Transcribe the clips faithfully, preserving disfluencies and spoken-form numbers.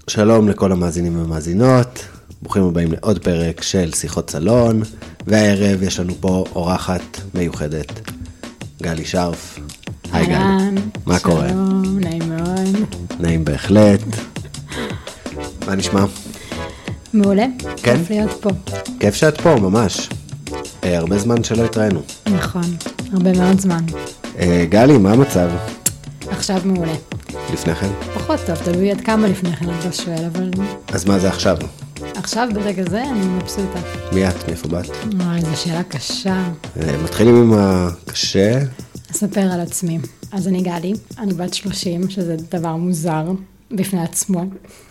שלום לכל המאזינים והמאזינות, ברוכים הבאים לעוד פרק של שיחות סלון, והערב יש לנו פה אורחת מיוחדת, גלי שרף. היי גלי, מה קורה? שלום, נעים מאוד. נעים בהחלט. מה נשמע? מעולה, כן? כיף להיות פה. כיף שאת פה, ממש. אה, הרבה זמן שלא התראינו. נכון, הרבה מאוד זמן. אה, גלי, מה המצב? עכשיו מעולה. לפני כן? פחות טוב, תלוי עד כמה לפני כן אתה שואל, אבל אז מה זה עכשיו? עכשיו ברגע זה אני מבסוטה. מי את? מאיפה באת? וואי, זו שאלה קשה. אה, מתחילים עם הקשה. אספר על עצמי. אז אני גלי, אני בת שלושים, שזה דבר מוזר בפני עצמו.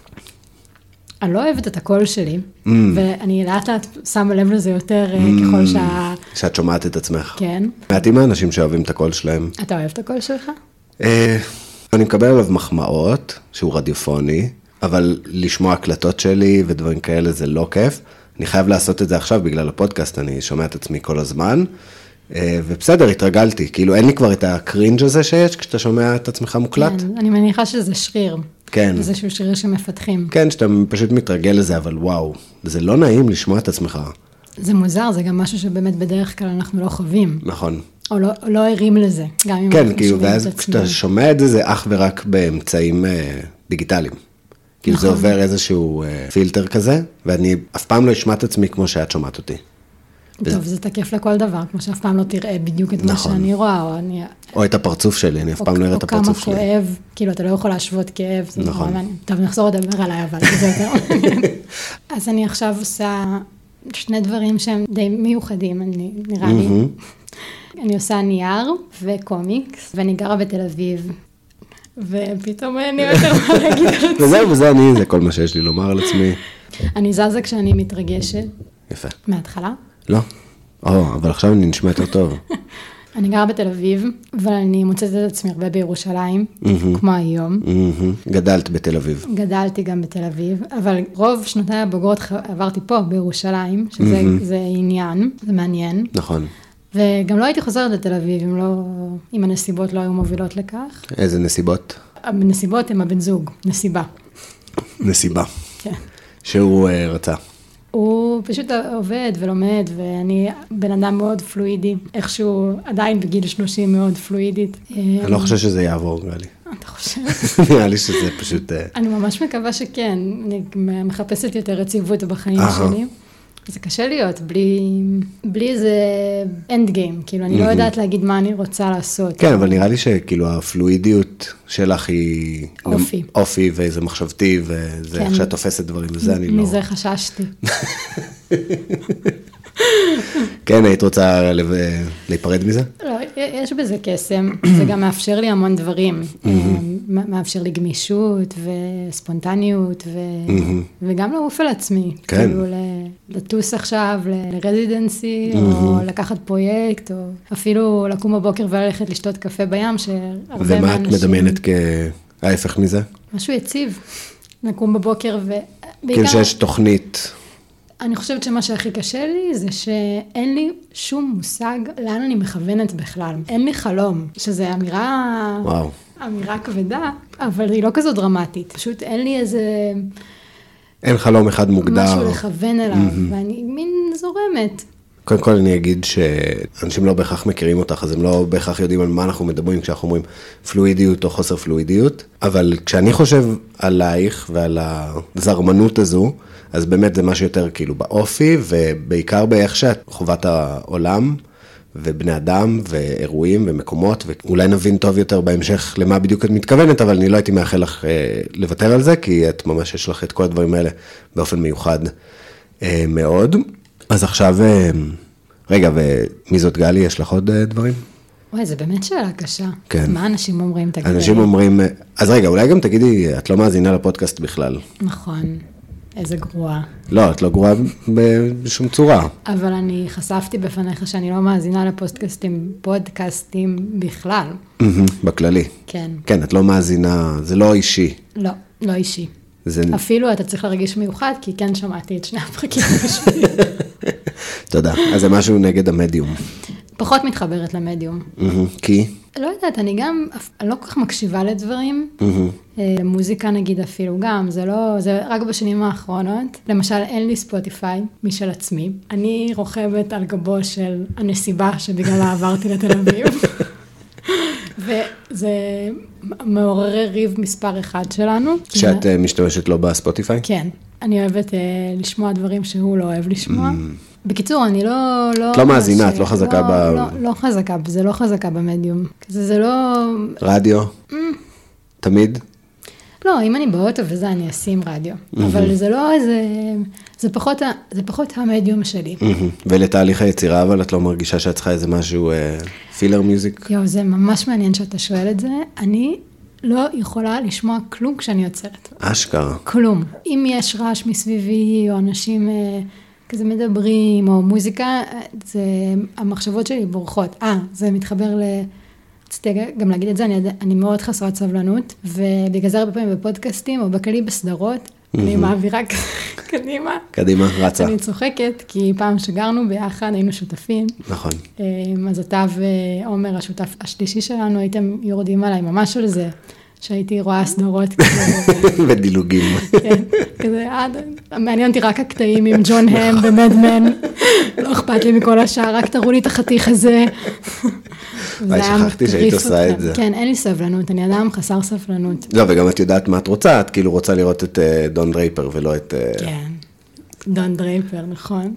אני לא אוהבת את הקול שלי, mm. ואני לאט לאט שמה לב לזה יותר mm. ככל שה... שאת שומעת את עצמך. כן. מעטים האנשים שאוהבים את הקול שלהם. אתה אוהב את הקול שלך? אה, אני מקבל עליו מחמאות, שהוא רדיופוני, אבל לשמוע הקלטות שלי ודברים כאלה זה לא כיף. אני חייב לעשות את זה עכשיו בגלל הפודקאסט, אני שומע את עצמי כל הזמן, אה, ובסדר, התרגלתי. כאילו אין לי כבר את הקרינג' הזה שיש כשאתה שומע את עצמך מוקלט. כן, אני מניחה שזה שריר. כן. איזשהו שריר שמפתחים. כן, שאתה פשוט מתרגל לזה, אבל וואו, זה לא נעים לשמוע את עצמך. זה מוזר, זה גם משהו שבאמת בדרך כלל אנחנו לא חווים. נכון. או לא, לא ערים לזה, גם אם כן, אנחנו כאילו, שומעים ואז את עצמנו. כשאתה שומע את זה, זה אך ורק באמצעים אה, דיגיטליים. כאילו נכון. זה עובר איזשהו אה, פילטר כזה, ואני אף פעם לא אשמע את עצמי כמו שאת שומעת אותי. טוב, זה תקף לכל דבר, כמו שאף פעם לא תראה בדיוק את מה נכון. שאני רואה, או אני... או את הפרצוף שלי, אני אף פעם לא אראה את הפרצוף שלי. או כמה כואב, כאילו, אתה לא יכול להשוות כאב, זה נכון. נורא מעניין. טוב, נחזור לדבר עליי, אבל זה יותר מעניין. אז אני עכשיו עושה שני דברים שהם די מיוחדים, אני, נראה לי. אני עושה נייר וקומיקס, ואני גרה בתל אביב, ופתאום אני יותר מה להגיד על עצמי. וזהו, וזה אני, זה כל מה שיש לי לומר על עצמי. אני זזה כשאני מתרגשת. יפה. מההתחלה? לא. או, אבל עכשיו אני נשמע יותר טוב. אני גרה בתל אביב, אבל אני מוצאת את עצמי הרבה בירושלים, כמו היום. גדלת בתל אביב. גדלתי גם בתל אביב, אבל רוב שנותיי הבוגרות עברתי פה בירושלים, שזה עניין, זה מעניין. נכון. וגם לא הייתי חוזרת לתל אביב, אם לא, אם הנסיבות לא היו מובילות לכך. איזה נסיבות? הנסיבות הם הבן זוג, נסיבה. נסיבה. כן. שהוא uh, רצה. הוא פשוט עובד ולומד, ואני בן אדם מאוד פלואידי, איכשהו עדיין בגיל שלושים מאוד פלואידית. אני לא חושב שזה יעבור, גלי. אתה חושב? נראה לי שזה פשוט... אני ממש מקווה שכן, אני מחפשת יותר רציבות בחיים שלי. זה קשה להיות בלי, בלי איזה אנד גיים, כאילו אני לא יודעת להגיד מה אני רוצה לעשות. כן, אבל נראה לי שכאילו הפלואידיות שלך היא... אופי. אופי וזה מחשבתי, וזה איך שאת תופסת דברים, וזה אני לא... מזה חששתי. כן, היית רוצה להיפרד מזה? לא, יש בזה קסם, זה גם מאפשר לי המון דברים, מאפשר לי גמישות וספונטניות, וגם לעוף על עצמי, כאילו לטוס עכשיו לרזידנסי, או לקחת פרויקט, או אפילו לקום בבוקר וללכת לשתות קפה בים, שהרבה מהאנשים... ומה את מדמיינת כהפך מזה? משהו יציב, לקום בבוקר ובעיקר... כאילו שיש תוכנית... אני חושבת שמה שהכי קשה לי זה שאין לי שום מושג לאן אני מכוונת בכלל. אין לי חלום, שזה אמירה, וואו. אמירה כבדה, אבל היא לא כזו דרמטית. פשוט אין לי איזה... אין חלום אחד מוגדר. משהו לכוון אליו, mm-hmm. ואני מין זורמת. קודם כל אני אגיד שאנשים לא בהכרח מכירים אותך, אז הם לא בהכרח יודעים על מה אנחנו מדברים כשאנחנו אומרים פלואידיות או חוסר פלואידיות, אבל כשאני חושב עלייך ועל הזרמנות הזו, אז באמת זה משהו יותר כאילו באופי, ובעיקר באיך שאת חובת העולם, ובני אדם, ואירועים, ומקומות, ואולי נבין טוב יותר בהמשך למה בדיוק את מתכוונת, אבל אני לא הייתי מאחל לך אה, לוותר על זה, כי את ממש יש לך את כל הדברים האלה באופן מיוחד אה, מאוד. אז עכשיו, אה, רגע, ומי זאת גלי? יש לך עוד אה, דברים? וואי, זה באמת שאלה קשה. כן. מה אנשים אומרים? תגידי. אנשים אומרים, אז רגע, אולי גם תגידי, את לא מאזינה לפודקאסט בכלל. נכון. איזה גרועה. לא, את לא גרועה בשום צורה. אבל אני חשפתי בפניך שאני לא מאזינה לפודקאסטים, פודקאסטים בכלל. בכללי. כן. כן, את לא מאזינה, זה לא אישי. לא, לא אישי. זה... אפילו אתה צריך להרגיש מיוחד, כי כן שמעתי את שני הפרקים בשביל. תודה. אז זה משהו נגד המדיום. פחות מתחברת למדיום. כי? לא יודעת, אני גם, אני לא כל כך מקשיבה לדברים. מוזיקה נגיד אפילו גם, זה לא, זה רק בשנים האחרונות. למשל, אין לי ספוטיפיי משל עצמי. אני רוכבת על גבו של הנסיבה שבגללה עברתי לתל אביב. וזה מעורר ריב מספר אחד שלנו. שאת משתמשת לו בספוטיפיי? כן. אני אוהבת לשמוע דברים שהוא לא אוהב לשמוע. בקיצור, אני לא... את לא מאזינה, את לא חזקה ב... לא, לא חזקה, זה לא חזקה במדיום. זה לא... רדיו? תמיד? לא, אם אני באוטו וזה, אני אשים רדיו. אבל זה לא איזה... זה פחות, זה פחות המדיום שלי. ולתהליך היצירה, אבל את לא מרגישה שאת צריכה איזה משהו פילר מיוזיק? יו, זה ממש מעניין שאתה שואל את זה. אני לא יכולה לשמוע כלום כשאני יוצרת. אשכרה. כלום. אם יש רעש מסביבי, או אנשים כזה מדברים, או מוזיקה, זה, המחשבות שלי בורחות. אה, זה מתחבר ל... רציתי גם להגיד את זה, אני, אני מאוד חסרת סבלנות, ובגלל זה הרבה פעמים בפודקאסטים, או בכלי בסדרות, אני מעבירה קדימה. קדימה, רצה. אני צוחקת, כי פעם שגרנו ביחד, היינו שותפים. נכון. אז אתה ועומר, השותף השלישי שלנו, הייתם יורדים עליי ממש על זה, שהייתי רואה סדרות כזה. ודילוגים. כן, כזה, מעניין אותי רק הקטעים עם ג'ון הם ומדמן, לא אכפת לי מכל השאר, רק תראו לי את החתיך הזה. וואי, שכחתי שהיית עושה את זה. כן, אין לי סבלנות, אני אדם חסר סבלנות. לא, וגם את יודעת מה את רוצה, את כאילו רוצה לראות את דון דרייפר ולא את... כן, דון דרייפר, נכון.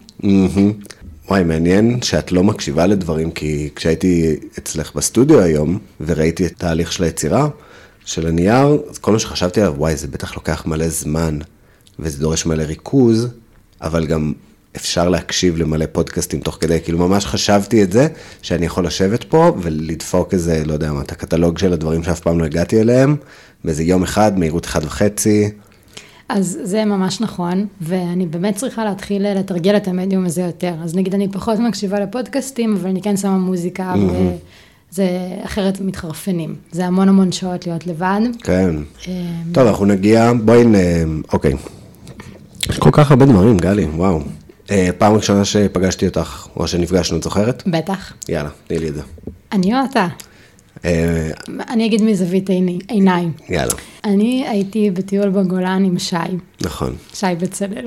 וואי, מעניין שאת לא מקשיבה לדברים, כי כשהייתי אצלך בסטודיו היום, וראיתי את תהליך של היצירה, של הנייר, אז כל מה שחשבתי עליו, וואי, זה בטח לוקח מלא זמן, וזה דורש מלא ריכוז, אבל גם אפשר להקשיב למלא פודקאסטים תוך כדי, כאילו ממש חשבתי את זה, שאני יכול לשבת פה ולדפוק איזה, לא יודע מה, את הקטלוג של הדברים שאף פעם לא הגעתי אליהם, באיזה יום אחד, מהירות אחד וחצי. אז זה ממש נכון, ואני באמת צריכה להתחיל לתרגל את המדיום הזה יותר. אז נגיד, אני פחות מקשיבה לפודקאסטים, אבל אני כן שמה מוזיקה, וזה אחרת מתחרפנים. זה המון המון שעות להיות לבד. כן. טוב, אנחנו נגיע, בואי נ... אוקיי. יש כל כך הרבה דברים, גלי, וואו. פעם ראשונה שפגשתי אותך, או שנפגשנו, את זוכרת? בטח. יאללה, תני לי את זה. אני או אתה? אני אגיד מזווית עיניי. יאללה. אני הייתי בטיול בגולן עם שי. נכון. שי בצלאל.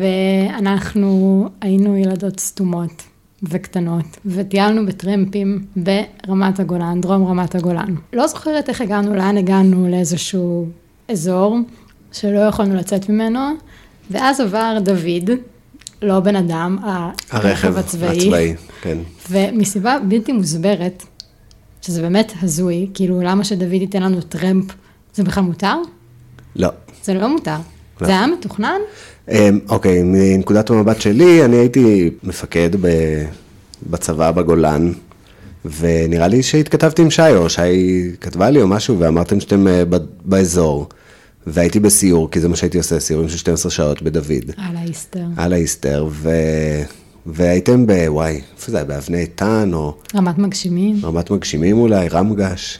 ואנחנו היינו ילדות סתומות וקטנות, וטיילנו בטרמפים ברמת הגולן, דרום רמת הגולן. לא זוכרת איך הגענו, לאן הגענו לאיזשהו אזור, שלא יכולנו לצאת ממנו, ואז עבר דוד, לא בן אדם, הרכב הצבאי. הצבאי, כן. ומסיבה בלתי מוסברת, שזה באמת הזוי, כאילו למה שדוד ייתן לנו טרמפ, זה בכלל מותר? לא. זה לא מותר. לא. זה היה מתוכנן? אוקיי, מנקודת המבט שלי, אני הייתי מפקד בצבא בגולן, ונראה לי שהתכתבתי עם שי, או שי כתבה לי או משהו, ואמרתם שאתם באזור. והייתי בסיור, כי זה מה שהייתי עושה, סיורים של שתים עשרה שעות בדוד. על האיסטר. על האיסטר, ו... והייתם בוואי, איפה זה היה? באבני איתן, או... רמת מגשימים. רמת מגשימים אולי, רמגש.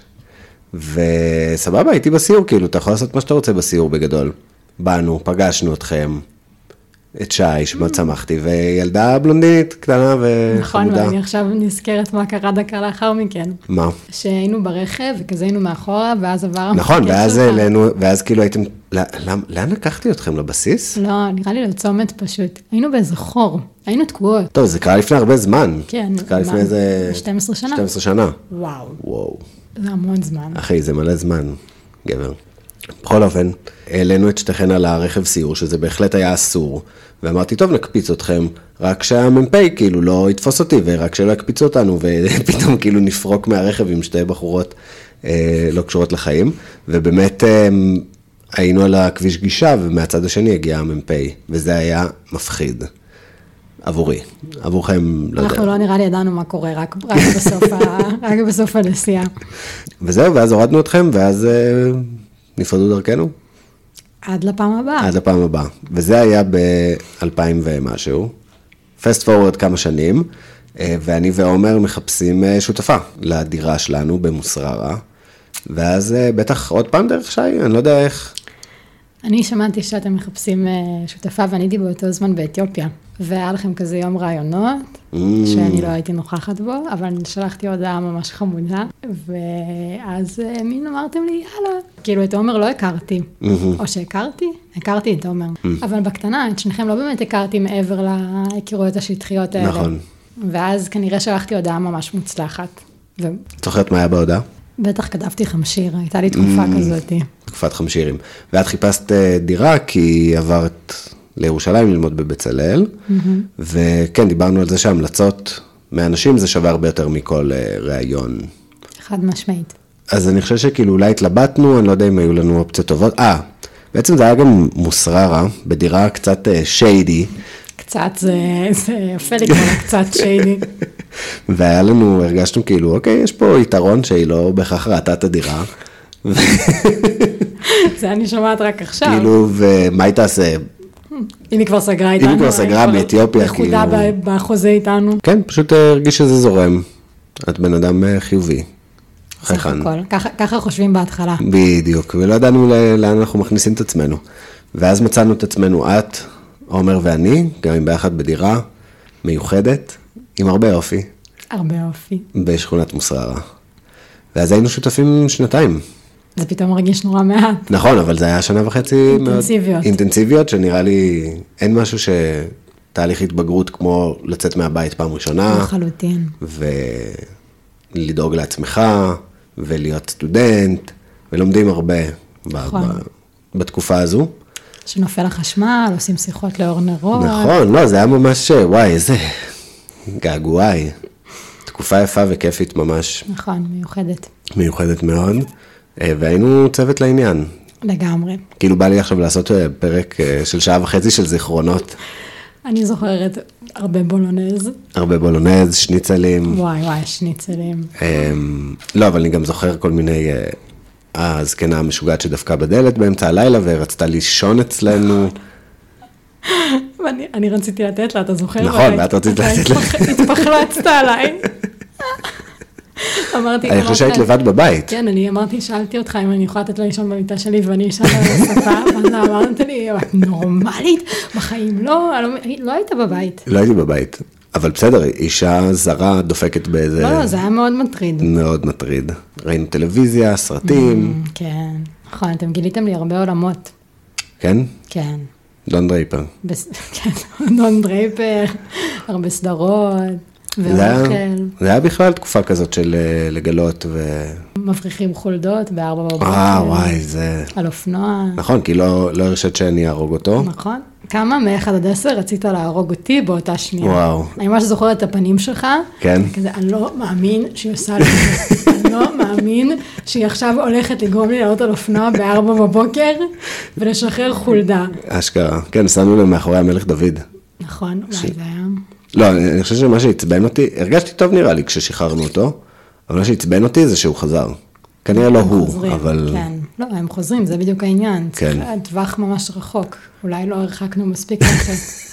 וסבבה, הייתי בסיור, כאילו, אתה יכול לעשות מה שאתה רוצה בסיור בגדול. באנו, פגשנו אתכם, את שי, שמה צמחתי, וילדה בלונדינית, קטנה וחמודה. נכון, ואני עכשיו נזכרת מה קרה דקה לאחר מכן. מה? שהיינו ברכב, וכזה היינו מאחורה, ואז עבר... נכון, ואז אלינו, ואז כאילו הייתם... לאן לקחתי אתכם? לבסיס? לא, נראה לי לצומת פשוט. היינו באיזה חור, היינו תקועות. טוב, זה קרה לפני הרבה זמן. כן. זה קרה לפני איזה... שתים עשרה שנה. שתים עשרה שנה. וואו. וואו. זה המון זמן. אחי, זה מלא זמן, גבר. בכל אופן, העלינו את שתיכן על הרכב סיור, שזה בהחלט היה אסור, ואמרתי, טוב, נקפיץ אתכם, רק שהמ"פ כאילו לא יתפוס אותי, ורק שלא יקפיצו אותנו, ופתאום כאילו נפרוק מהרכב עם שתי בחורות אה, לא קשורות לחיים, ובאמת אה, היינו על הכביש גישה, ומהצד השני הגיע המ"פ, וזה היה מפחיד. עבורי, עבורכם, לא יודע. אנחנו לא נראה לי ידענו מה קורה, רק, רק, בסוף, ה, רק בסוף הנסיעה. וזהו, ואז הורדנו אתכם, ואז אה, נפרדו דרכנו. עד לפעם הבאה. עד לפעם הבאה. וזה היה ב-אלפיים ומשהו. פסט פורוורד כמה שנים, ואני ועומר מחפשים שותפה לדירה שלנו במוסררה, ואז בטח עוד פעם דרך שי, אני לא יודע איך. אני שמעתי שאתם מחפשים שותפה, ואני הייתי באותו זמן באתיופיה, והיה לכם כזה יום רעיונות, mm. שאני לא הייתי נוכחת בו, אבל שלחתי הודעה ממש חמודה, ואז מין אמרתם לי, יאללה, כאילו את עומר לא הכרתי, mm-hmm. או שהכרתי, הכרתי את עומר, mm. אבל בקטנה, את שניכם לא באמת הכרתי מעבר להכירויות השטחיות האלה. נכון. ואז כנראה שלחתי הודעה ממש מוצלחת. ו... זוכרת מה היה בהודעה? בטח כתבתי חמשיר, הייתה לי תקופה mm, כזאת. תקופת חמשירים. ואת חיפשת דירה כי עברת לירושלים ללמוד בבצלאל, mm-hmm. וכן, דיברנו על זה שהמלצות מאנשים זה שווה הרבה יותר מכל ראיון. חד משמעית. אז אני חושב שכאילו אולי התלבטנו, אני לא יודע אם היו לנו אופציות טובות. אה, בעצם זה היה גם מוסררה, בדירה קצת שיידי. קצת, זה, זה יפה לקרוא קצת שיידי. והיה לנו, הרגשנו כאילו, אוקיי, יש פה יתרון שהיא לא בהכרח ראתה את הדירה. זה אני שומעת רק עכשיו. כאילו, ומה היא תעשה? אם היא כבר סגרה איתנו. אם היא כבר סגרה מאתיופיה, כאילו. לכודה בחוזה איתנו. כן, פשוט הרגיש שזה זורם. את בן אדם חיובי. חייכן. ככה חושבים בהתחלה. בדיוק, ולא ידענו לאן אנחנו מכניסים את עצמנו. ואז מצאנו את עצמנו, את, עומר ואני, גם ביחד בדירה מיוחדת, עם הרבה אופי. הרבה אופי. בשכונת מוסררה. ואז היינו שותפים שנתיים. זה פתאום מרגיש נורא מעט. נכון, אבל זה היה שנה וחצי אינטנסיביות. מאוד אינטנסיביות, שנראה לי, אין משהו שתהליך התבגרות כמו לצאת מהבית פעם ראשונה. לחלוטין. ולדאוג לעצמך, ולהיות סטודנט, ולומדים הרבה נכון. ב- בתקופה הזו. שנופל החשמל, עושים שיחות לאור נרות. נכון, לא, זה היה ממש, וואי, איזה געגועי. תקופה יפה וכיפית ממש. נכון, מיוחדת. מיוחדת מאוד, והיינו צוות לעניין. לגמרי. כאילו בא לי עכשיו לעשות פרק של שעה וחצי של זיכרונות. אני זוכרת הרבה בולונז. הרבה בולונז, שניצלים. וואי וואי, שניצלים. לא, אבל אני גם זוכר כל מיני, הזקנה המשוגעת שדפקה בדלת באמצע הלילה, ורצתה לישון אצלנו. אני רציתי לתת לה, אתה זוכר? נכון, ואת רצית לתת לה. התפחלצת עליי. אמרתי, אני חושב שהיית לבד בבית. כן, אני אמרתי, שאלתי אותך אם אני יכולה לתת לה לישון במיטה שלי, ואני ישנה על השפה, ואז אמרת לי, את נורמלית? בחיים לא, לא היית בבית. לא הייתי בבית, אבל בסדר, אישה זרה דופקת באיזה... לא, לא, זה היה מאוד מטריד. מאוד מטריד. ראינו טלוויזיה, סרטים. כן, נכון, אתם גיליתם לי הרבה עולמות. כן? כן. דון דרייפר. כן, דון דרייפר, הרבה סדרות. זה היה בכלל תקופה כזאת של לגלות ו... מבריחים חולדות בארבע בבוקר. אה, וואי, זה... על אופנוע. נכון, כי לא הרשת שאני אהרוג אותו. נכון. כמה מאחד עד עשר רצית להרוג אותי באותה שנייה. וואו. אני ממש זוכרת את הפנים שלך. כן. כזה, אני לא מאמין שהיא עושה לי זה. אני לא מאמין שהיא עכשיו הולכת לגרום לי לעלות על אופנוע בארבע בבוקר ולשחרר חולדה. אשכרה. כן, שמנו להם מאחורי המלך דוד. נכון, אולי זה היה... לא, אני חושב שמה שהצבן אותי, הרגשתי טוב נראה לי כששחררנו אותו, אבל מה שהצבן אותי זה שהוא חזר. כנראה לא הוא, אבל... כן, לא, הם חוזרים, זה בדיוק העניין. כן. טווח ממש רחוק, אולי לא הרחקנו מספיק לכם.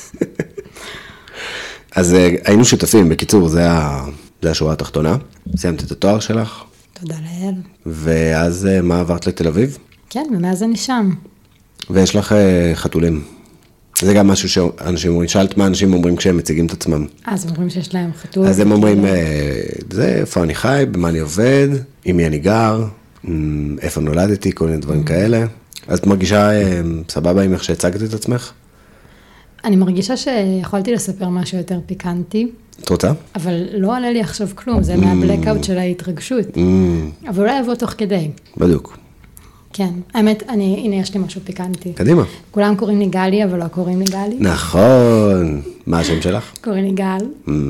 אז היינו שותפים, בקיצור, זה השורה התחתונה. סיימת את התואר שלך. תודה לאל. ואז מה עברת לתל אביב? כן, ומאז אני שם. ויש לך חתולים. זה גם משהו שאנשים אומרים, שאלת מה אנשים אומרים כשהם מציגים את עצמם. אז הם אומרים שיש להם חתול. אז הם אומרים, זה, איפה אני חי, במה אני עובד, עם מי אני גר, איפה נולדתי, כל מיני דברים כאלה. אז את מרגישה סבבה עם איך שהצגת את עצמך? אני מרגישה שיכולתי לספר משהו יותר פיקנטי. את רוצה? אבל לא עלה לי עכשיו כלום, זה מהבלקאוט של ההתרגשות. אבל אולי יבוא תוך כדי. בדיוק. כן, האמת, אני, הנה יש לי משהו פיקנטי. קדימה. כולם קוראים לי גלי, אבל לא קוראים לי גלי. נכון. מה השם שלך? קוראים לי גל.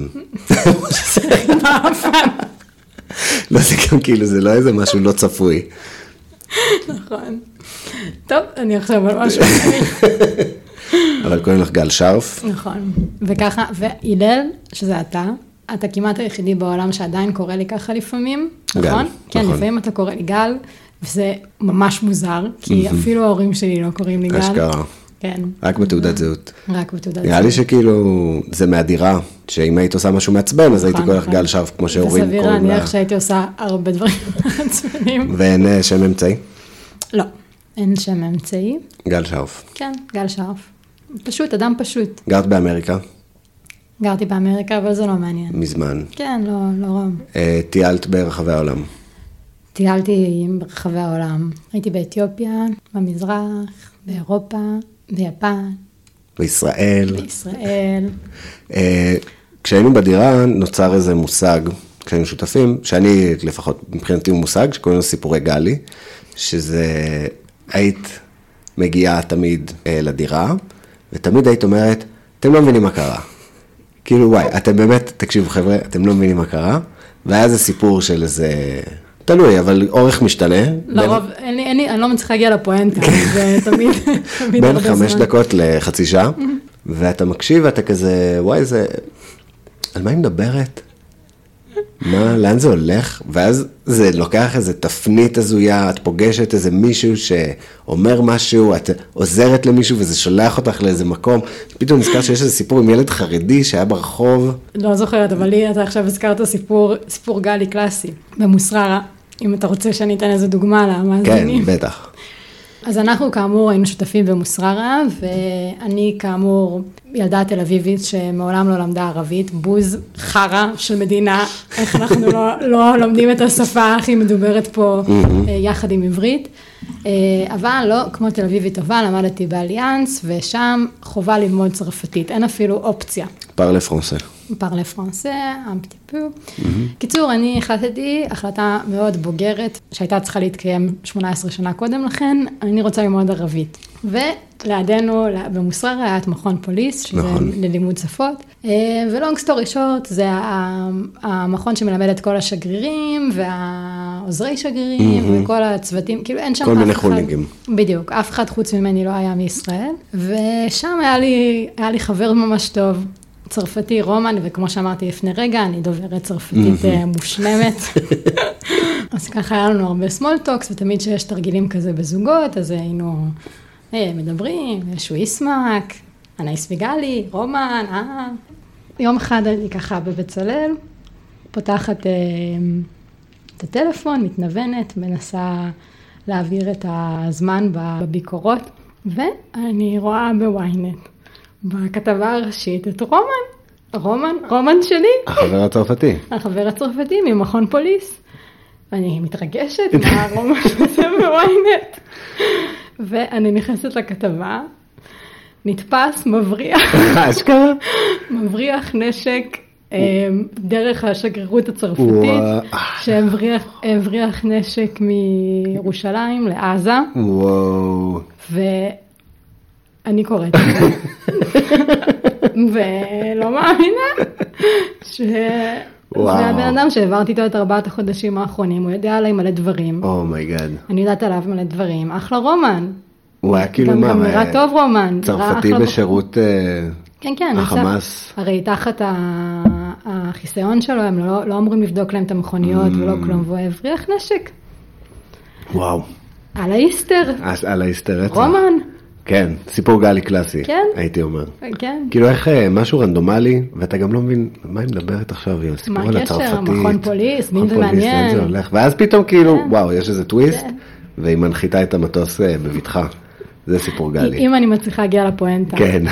לא, זה גם כאילו, זה לא איזה משהו לא צפוי. נכון. טוב, אני עכשיו על משהו. אבל קוראים לך גל שרף. נכון. וככה, והילל, שזה אתה, אתה כמעט היחידי בעולם שעדיין קורא לי ככה לפעמים, נכון? כן, לפעמים אתה קורא לי גל, וזה ממש מוזר, כי אפילו ההורים שלי לא קוראים לי גל. אשכרה. כן. רק בתעודת זהות. רק בתעודת זהות. נראה לי שכאילו, זה מהדירה, שאם היית עושה משהו מעצבן, אז הייתי קורא לך גל שרף, כמו שהורים קוראים לה. וסביר להניח שהייתי עושה הרבה דברים מעצבנים. ואין שם אמצעי? לא. אין שם אמצעי. גל שרף. כן, גל שרף. פשוט, אדם פשוט. גרת באמריקה? גרתי באמריקה, אבל זה לא מעניין. מזמן. כן, לא, לא רם. טיילת ברחבי העולם? טיילתי ברחבי העולם. הייתי באתיופיה, במזרח, באירופה, ביפן. בישראל. בישראל. כשהיינו בדירה נוצר איזה מושג, כשהיינו שותפים, שאני לפחות מבחינתי הוא מושג, שקוראים לו סיפורי גלי, שזה היית מגיעה תמיד לדירה, ותמיד היית אומרת, אתם לא מבינים מה קרה. כאילו וואי, אתם באמת, תקשיבו חבר'ה, אתם לא מבינים מה קרה, והיה איזה סיפור של איזה, תלוי, אבל אורך משתנה. לרוב, אין לי, אין לי, אני לא מצליחה להגיע לפואנטה, זה תמיד, תמיד בין חמש דקות לחצי שעה, ואתה מקשיב ואתה כזה, וואי, זה, על מה היא מדברת? מה, לאן זה הולך? ואז זה לוקח איזה תפנית הזויה, את פוגשת איזה מישהו שאומר משהו, את עוזרת למישהו וזה שולח אותך לאיזה מקום. פתאום נזכר שיש איזה סיפור עם ילד חרדי שהיה ברחוב. לא זוכרת, אבל לי אתה עכשיו הזכרת סיפור, סיפור גלי קלאסי, במוסררה, אם אתה רוצה שאני אתן איזה דוגמה למאזינים. כן, בטח. אז אנחנו כאמור היינו שותפים במוסררה, ואני כאמור ילדה תל אביבית שמעולם לא למדה ערבית, בוז חרה של מדינה, איך אנחנו לא, לא לומדים את השפה הכי מדוברת פה יחד עם עברית, אבל לא, כמו תל אביבית טובה, למדתי באליאנס, ושם חובה ללמוד צרפתית, אין אפילו אופציה. פרלה פרנסה. פרלה פרנסה, un petit peu. קיצור, אני החלטתי החלטה מאוד בוגרת, שהייתה צריכה להתקיים שמונה עשרה שנה קודם לכן, אני רוצה ללמוד ערבית. ולידינו, במוסררה היה את מכון פוליס, שזה ללימוד שפות, ולונג סטורי שורט, זה המכון שמלמד את כל השגרירים, והעוזרי שגרירים, וכל הצוותים, כאילו אין שם אף אחד. כל מיני חולניגים. בדיוק, אף אחד חוץ ממני לא היה מישראל, ושם היה לי, היה לי חבר ממש טוב, צרפתי, רומן, וכמו שאמרתי לפני רגע, אני דוברת צרפתית מושלמת. אז ככה היה לנו הרבה small talks, ותמיד שיש תרגילים כזה בזוגות, אז היינו מדברים, שהוא יסמק, אנאיס ויגלי, רומן, אה. יום אחד אני ככה בבצלאל, פותחת את הטלפון, מתנוונת, מנסה להעביר את הזמן בביקורות, ואני רואה בוויינט. בכתבה הראשית את רומן, רומן, רומן שלי. החבר הצרפתי. החבר הצרפתי ממכון פוליס. ואני מתרגשת מהרומן הזה בוויינט. ואני נכנסת לכתבה, נתפס, מבריח. אשכרה? מבריח נשק דרך השגרירות הצרפתית, שהבריח נשק מירושלים לעזה. וואו. ו... אני קוראת את זה, ולא מאמינה, שזה הבן אדם שהעברתי איתו את ארבעת החודשים האחרונים, הוא יודע עליי מלא דברים. אומייגאד. אני יודעת עליו מלא דברים, אחלה רומן. הוא היה כאילו מה? גם נראה טוב רומן. צרפתי בשירות החמאס. הרי תחת החיסיון שלו, הם לא אמורים לבדוק להם את המכוניות ולא כלום, והוא הבריח נשק. וואו. על האיסטר. על האיסטר. רומן. כן, סיפור גלי קלאסי, כן? הייתי אומר. כן. כאילו איך משהו רנדומלי, ואתה גם לא מבין מה היא מדברת עכשיו, היא סיפור על הצרפתית. מה הקשר, מכון פוליס, מין זה מעניין. זה הולך, ואז פתאום כאילו, כן. וואו, יש איזה טוויסט, כן. והיא מנחיתה את המטוס בבטחה. זה סיפור גלי. אם אני מצליחה להגיע לפואנטה. כן.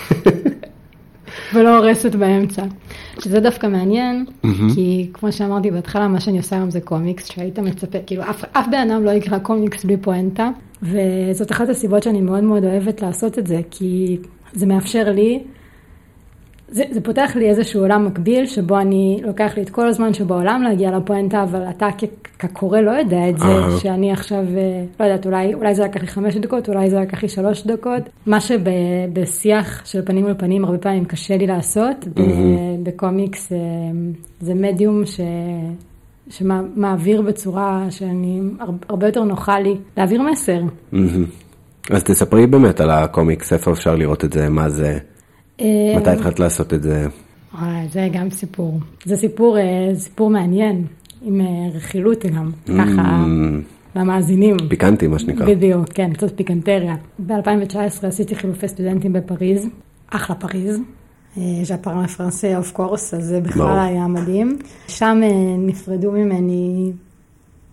ולא הורסת באמצע. שזה דווקא מעניין, כי כמו שאמרתי בהתחלה, מה שאני עושה היום זה קומיקס, שהיית מצפה, כאילו אף, אף בן אדם לא יקרא קומיקס בלי פואנטה, וזאת אחת הסיבות שאני מאוד מאוד אוהבת לעשות את זה, כי זה מאפשר לי, זה, זה פותח לי איזשהו עולם מקביל, שבו אני לוקח לי את כל הזמן שבעולם להגיע לפואנטה, אבל אתה כקורא לא יודע את זה, שאני עכשיו, לא יודעת, אולי, אולי זה לקח לי חמש דקות, אולי זה לקח לי שלוש דקות, מה שבשיח של פנים לפנים הרבה פעמים קשה לי לעשות, בקומיקס זה מדיום ש... שמעביר בצורה שאני, הרבה יותר נוחה לי להעביר מסר. אז תספרי באמת על הקומיקס, איפה אפשר לראות את זה, מה זה, מתי התחלת לעשות את זה? זה גם סיפור. זה סיפור, סיפור מעניין, עם רכילות גם, ככה, למאזינים. פיקנטי, מה שנקרא. בדיוק, כן, קצת פיקנטריה. ב-אלפיים תשע עשרה עשיתי חילופי סטודנטים בפריז, אחלה פריז. ז'פרלה פרנסה, אוף קורס, אז זה בכלל היה מדהים. שם נפרדו ממני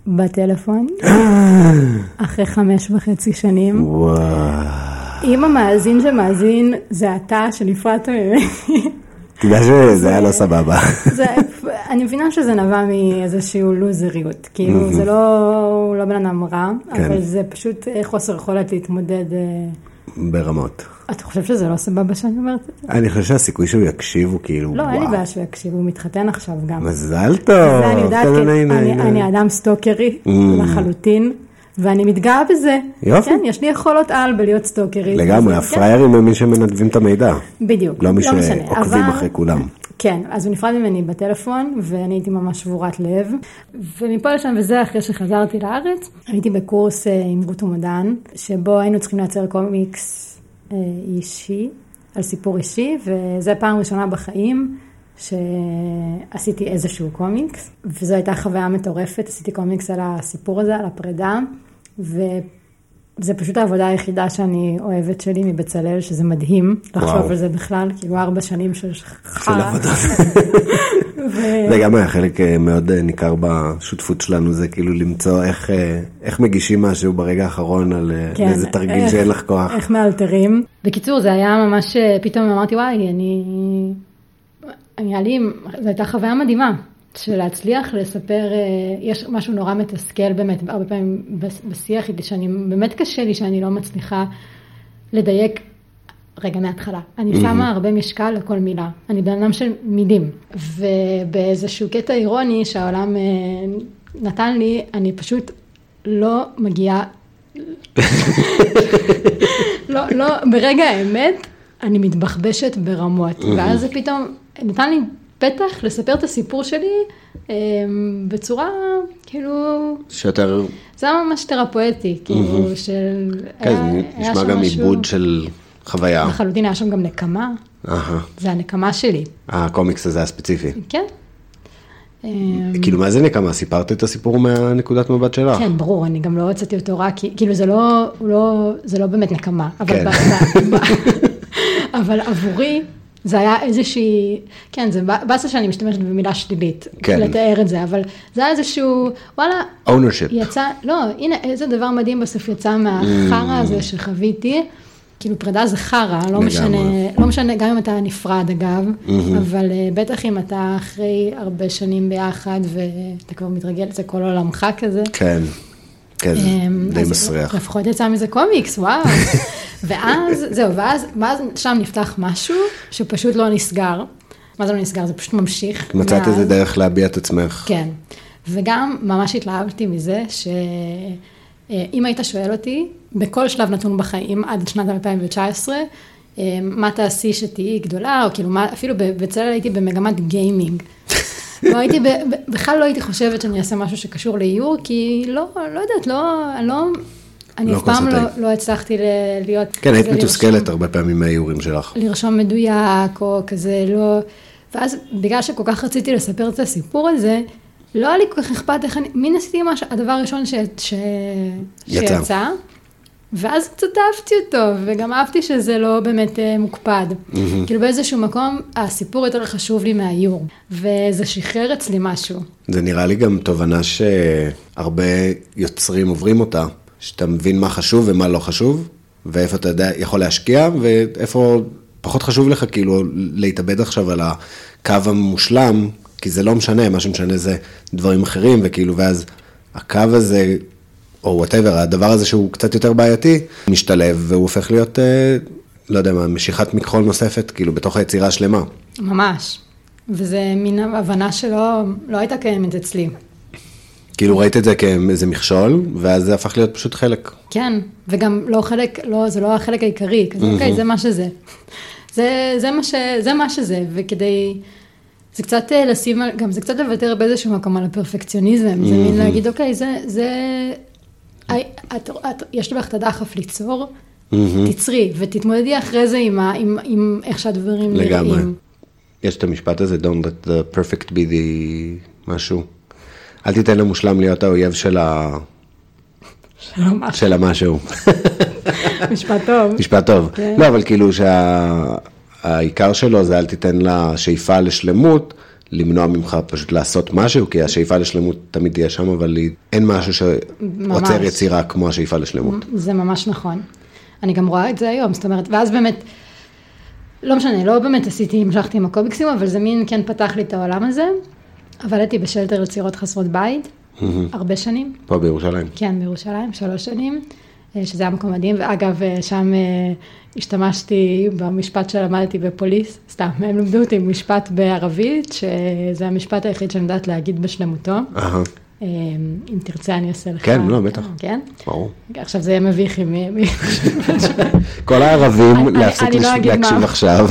בטלפון, אחרי חמש וחצי שנים. וואו. אם המאזין שמאזין, זה אתה שנפרדת ממני. תדע שזה היה לא סבבה. אני מבינה שזה נבע מאיזשהו לוזריות, כאילו זה לא בן אדם רע, אבל זה פשוט חוסר יכולת להתמודד. ברמות. אתה חושב שזה לא סבבה שאני אומרת? אני חושב שהסיכוי שהוא יקשיב הוא כאילו, לא, אין לי בעיה שהוא יקשיב, הוא מתחתן עכשיו גם. מזל טוב. ואני יודעת, אני אדם סטוקרי לחלוטין, ואני מתגאה בזה. יופי. כן, יש לי יכולות על בלהיות סטוקרית. לגמרי, הפריירים הם מי שמנדבים את המידע. בדיוק. לא מי שעוקבים אחרי כולם. כן, אז הוא נפרד ממני בטלפון, ואני הייתי ממש שבורת לב. ומפה לשם וזה, אחרי שחזרתי לארץ, הייתי בקורס עם רות ומדען, שבו היינו צריכים לייצר קומיקס אישי, על סיפור אישי, וזה פעם ראשונה בחיים שעשיתי איזשהו קומיקס, וזו הייתה חוויה מטורפת, עשיתי קומיקס על הסיפור הזה, על הפרידה, וזה פשוט העבודה היחידה שאני אוהבת שלי מבצלאל, שזה מדהים לחשוב על זה בכלל, כאילו ארבע שנים של חרה. זה גם היה חלק מאוד ניכר בשותפות שלנו, זה כאילו למצוא איך, איך מגישים משהו ברגע האחרון על כן, איזה תרגיל איך, שאין לך כוח. איך מאלתרים. בקיצור, זה היה ממש, פתאום אמרתי, וואי, אני, אני עלים, זו הייתה חוויה מדהימה, של להצליח לספר, יש משהו נורא מתסכל באמת, הרבה פעמים בשיח איתי, שאני באמת קשה לי שאני לא מצליחה לדייק, רגע מההתחלה. אני שמה הרבה משקל לכל מילה. אני בן אדם של מילים. ובאיזשהו קטע אירוני שהעולם נתן לי, אני פשוט לא מגיעה, לא, לא, ברגע האמת, אני מתבחבשת ברמות. ואז זה פתאום נתן לי פתח לספר את הסיפור שלי בצורה, כאילו... שיותר... זה היה ממש תרפואטי, כאילו, של... כן, נשמע גם עיבוד של... חוויה. לחלוטין היה שם גם נקמה. זה הנקמה שלי. הקומיקס הזה הספציפי. כן. כאילו מה זה נקמה? סיפרת את הסיפור מהנקודת מבט שלך? כן, ברור, אני גם לא הוצאתי אותו רק, כאילו זה לא, זה לא באמת נקמה. אבל עבורי זה היה איזושהי, כן, זה באסה שאני משתמשת במילה שלילית, לתאר את זה, אבל זה היה איזשהו, וואלה, ownership. יצא, לא, הנה, איזה דבר מדהים בסוף יצא מהחרה הזה שחוויתי, כאילו פרידה זה חרה, לא משנה, לא משנה, גם אם אתה נפרד אגב, אבל בטח אם אתה אחרי הרבה שנים ביחד, ואתה כבר מתרגל את זה כל עולמך כזה. כן, כן, די מסריח. לפחות יצא מזה קומיקס, וואו. ואז, זהו, ואז, ואז שם נפתח משהו שפשוט לא נסגר. מה זה לא נסגר? זה פשוט ממשיך. מצאת איזה דרך להביע את עצמך. כן. וגם ממש התלהבתי מזה ש... אם היית שואל אותי, בכל שלב נתון בחיים, עד שנת אלפיים תשע עשרה, מה תעשי שתהיי גדולה, או כאילו, מה, אפילו בצלאל הייתי במגמת גיימינג. לא הייתי, בכלל לא הייתי חושבת שאני אעשה משהו שקשור לאיור, כי לא, לא יודעת, לא, לא, אני אף פעם לא, לא הצלחתי להיות... כן, היית מתוסכלת הרבה פעמים מהאיורים שלך. לרשום מדויק, או כזה, לא... ואז, בגלל שכל כך רציתי לספר את הסיפור הזה, לא היה לי כל כך אכפת איך אני, מין עשיתי משהו, הדבר הראשון ש, ש, יצא. שיצא, ואז קצת אהבתי אותו, וגם אהבתי שזה לא באמת מוקפד. Mm-hmm. כאילו באיזשהו מקום, הסיפור יותר חשוב לי מהאיור, וזה שחרר אצלי משהו. זה נראה לי גם תובנה שהרבה יוצרים עוברים אותה, שאתה מבין מה חשוב ומה לא חשוב, ואיפה אתה יודע, יכול להשקיע, ואיפה פחות חשוב לך כאילו להתאבד עכשיו על הקו המושלם, כי זה לא משנה, מה שמשנה זה דברים אחרים, וכאילו, ואז הקו הזה, או whatever, הדבר הזה שהוא קצת יותר בעייתי, משתלב, והוא הופך להיות, לא יודע מה, משיכת מכחול נוספת, כאילו, בתוך היצירה השלמה. ממש. וזה מין הבנה שלא, לא הייתה קיימת אצלי. כאילו, ראית את זה כאיזה מכשול, ואז זה הפך להיות פשוט חלק. כן, וגם לא חלק, לא, זה לא החלק העיקרי, כזה, אוקיי, זה מה שזה. זה, זה מה ש, זה מה שזה, וכדי... זה קצת לשים, גם זה קצת לוותר באיזשהו מקום על הפרפקציוניזם, זה מין להגיד, אוקיי, זה, זה, יש לך את הדחף ליצור, תצרי, ותתמודדי אחרי זה עם איך שהדברים נראים. לגמרי. יש את המשפט הזה, don't let the perfect be the משהו. אל תיתן למושלם להיות האויב של ה... של המשהו. משפט טוב. משפט טוב. לא, אבל כאילו שה... העיקר שלו זה אל תיתן לה שאיפה לשלמות, למנוע ממך פשוט לעשות משהו, כי השאיפה לשלמות תמיד תהיה שם, אבל אין משהו שעוצר יצירה כמו השאיפה לשלמות. זה ממש נכון. אני גם רואה את זה היום, זאת אומרת, ואז באמת, לא משנה, לא באמת עשיתי, המשכתי עם הקומיקסים, אבל זה מין כן פתח לי את העולם הזה. עבדתי בשלטר לצעירות חסרות בית, הרבה שנים. פה בירושלים. כן, בירושלים, שלוש שנים, שזה היה מקום מדהים, ואגב, שם השתמשתי במשפט שלמדתי בפוליס, סתם, הם למדו אותי משפט בערבית, שזה המשפט היחיד שאני יודעת להגיד בשלמותו. אם תרצה אני אעשה לך. כן, לא, בטח. כן? ברור. עכשיו זה יהיה מביך עם... כל הערבים להפסיק להקשיב עכשיו.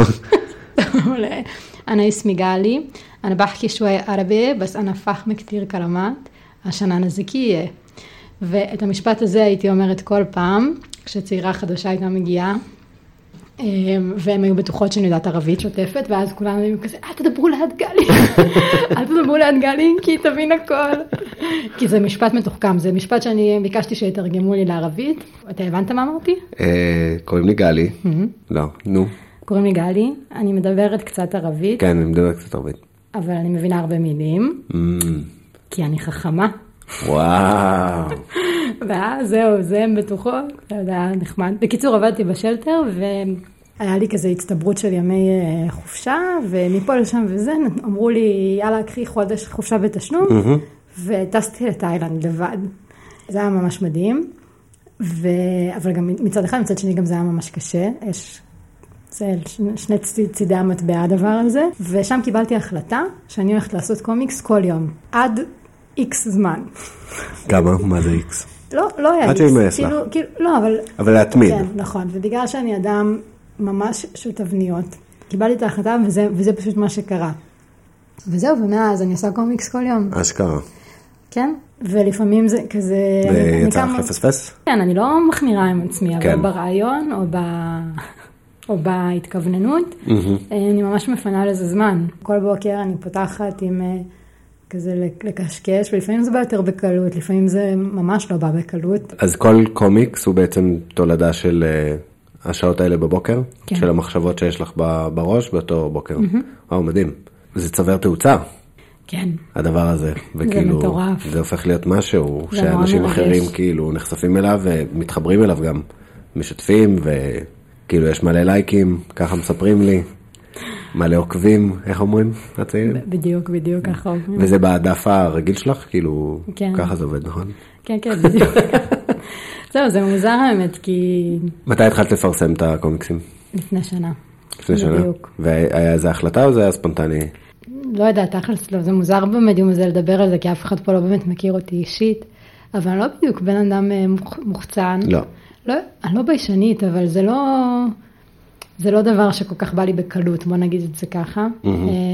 أنا اسمي جالي أنا بحكي شوي عربي بس أنا فاهمة كتير كلمات عشان أنا ذكية. ואת המשפט הזה הייתי אומרת כל פעם, כשצעירה חדשה הייתה מגיעה, והם היו בטוחות שאני יודעת ערבית שוטפת, ואז כולם היו כזה, אל תדברו ליד גלי, אל תדברו ליד גלי, כי היא תבין הכל. כי זה משפט מתוחכם, זה משפט שאני ביקשתי שיתרגמו לי לערבית. אתה הבנת מה אמרתי? קוראים לי גלי. לא, נו. קוראים לי גלי, אני מדברת קצת ערבית. כן, אני מדברת קצת ערבית. אבל אני מבינה הרבה מילים, כי אני חכמה. וואו. ואז זהו, זה הם בטוחות, זה היה נחמד. בקיצור, עבדתי בשלטר, והיה לי כזה הצטברות של ימי חופשה, ומפה לשם וזה, אמרו לי, יאללה, קחי חודש חופשה בתשלום, וטסתי לתאילנד לבד. זה היה ממש מדהים, אבל גם מצד אחד, מצד שני גם זה היה ממש קשה, יש... זה שני צידי המטבע הדבר הזה, ושם קיבלתי החלטה שאני הולכת לעשות קומיקס כל יום, עד איקס זמן. כמה? מה זה איקס? לא, לא היה איקס. עד שימאס לך. כאילו, לא, אבל... אבל להתמיד. כן, נכון, ובגלל שאני אדם ממש של תבניות, קיבלתי את ההחלטה וזה, וזה פשוט מה שקרה. וזהו, ומאז אני עושה קומיקס כל יום. אשכרה. כן, ולפעמים זה כזה... ויצא לך לפספס? כן, אני לא מחמירה עם עצמי, אבל ברעיון או ב... או בהתכווננות, אני ממש מפנה לזה זמן. כל בוקר אני פותחת עם כזה לקשקש, ולפעמים זה בא יותר בקלות, לפעמים זה ממש לא בא בקלות. אז כל קומיקס הוא בעצם תולדה של השעות האלה בבוקר? כן. של המחשבות שיש לך בראש באותו בוקר? וואו, מדהים. זה צובר תאוצה. כן. הדבר הזה. וכאילו, זה מטורף. זה הופך להיות משהו שאנשים אחרים כאילו נחשפים אליו ומתחברים אליו גם. משתפים ו... כאילו יש מלא לייקים, ככה מספרים לי, מלא עוקבים, איך אומרים? הצעיר? בדיוק, בדיוק, ככה אומרים. וזה בדף הרגיל שלך? כאילו, כן. ככה זה עובד, נכון? כן, כן, בדיוק. זהו, זה מוזר האמת, כי... מתי התחלת לפרסם את הקומיקסים? לפני שנה. לפני שנה? בדיוק. והיה איזה החלטה או זה היה ספונטני? לא יודעת, תכלס לא, זה מוזר במדיום הזה לדבר על זה, כי אף אחד פה לא באמת מכיר אותי אישית, אבל אני לא בדיוק בן אדם מוחצן. לא. לא, אני לא ביישנית, אבל זה לא, זה לא דבר שכל כך בא לי בקלות, בוא נגיד את זה ככה. Mm-hmm.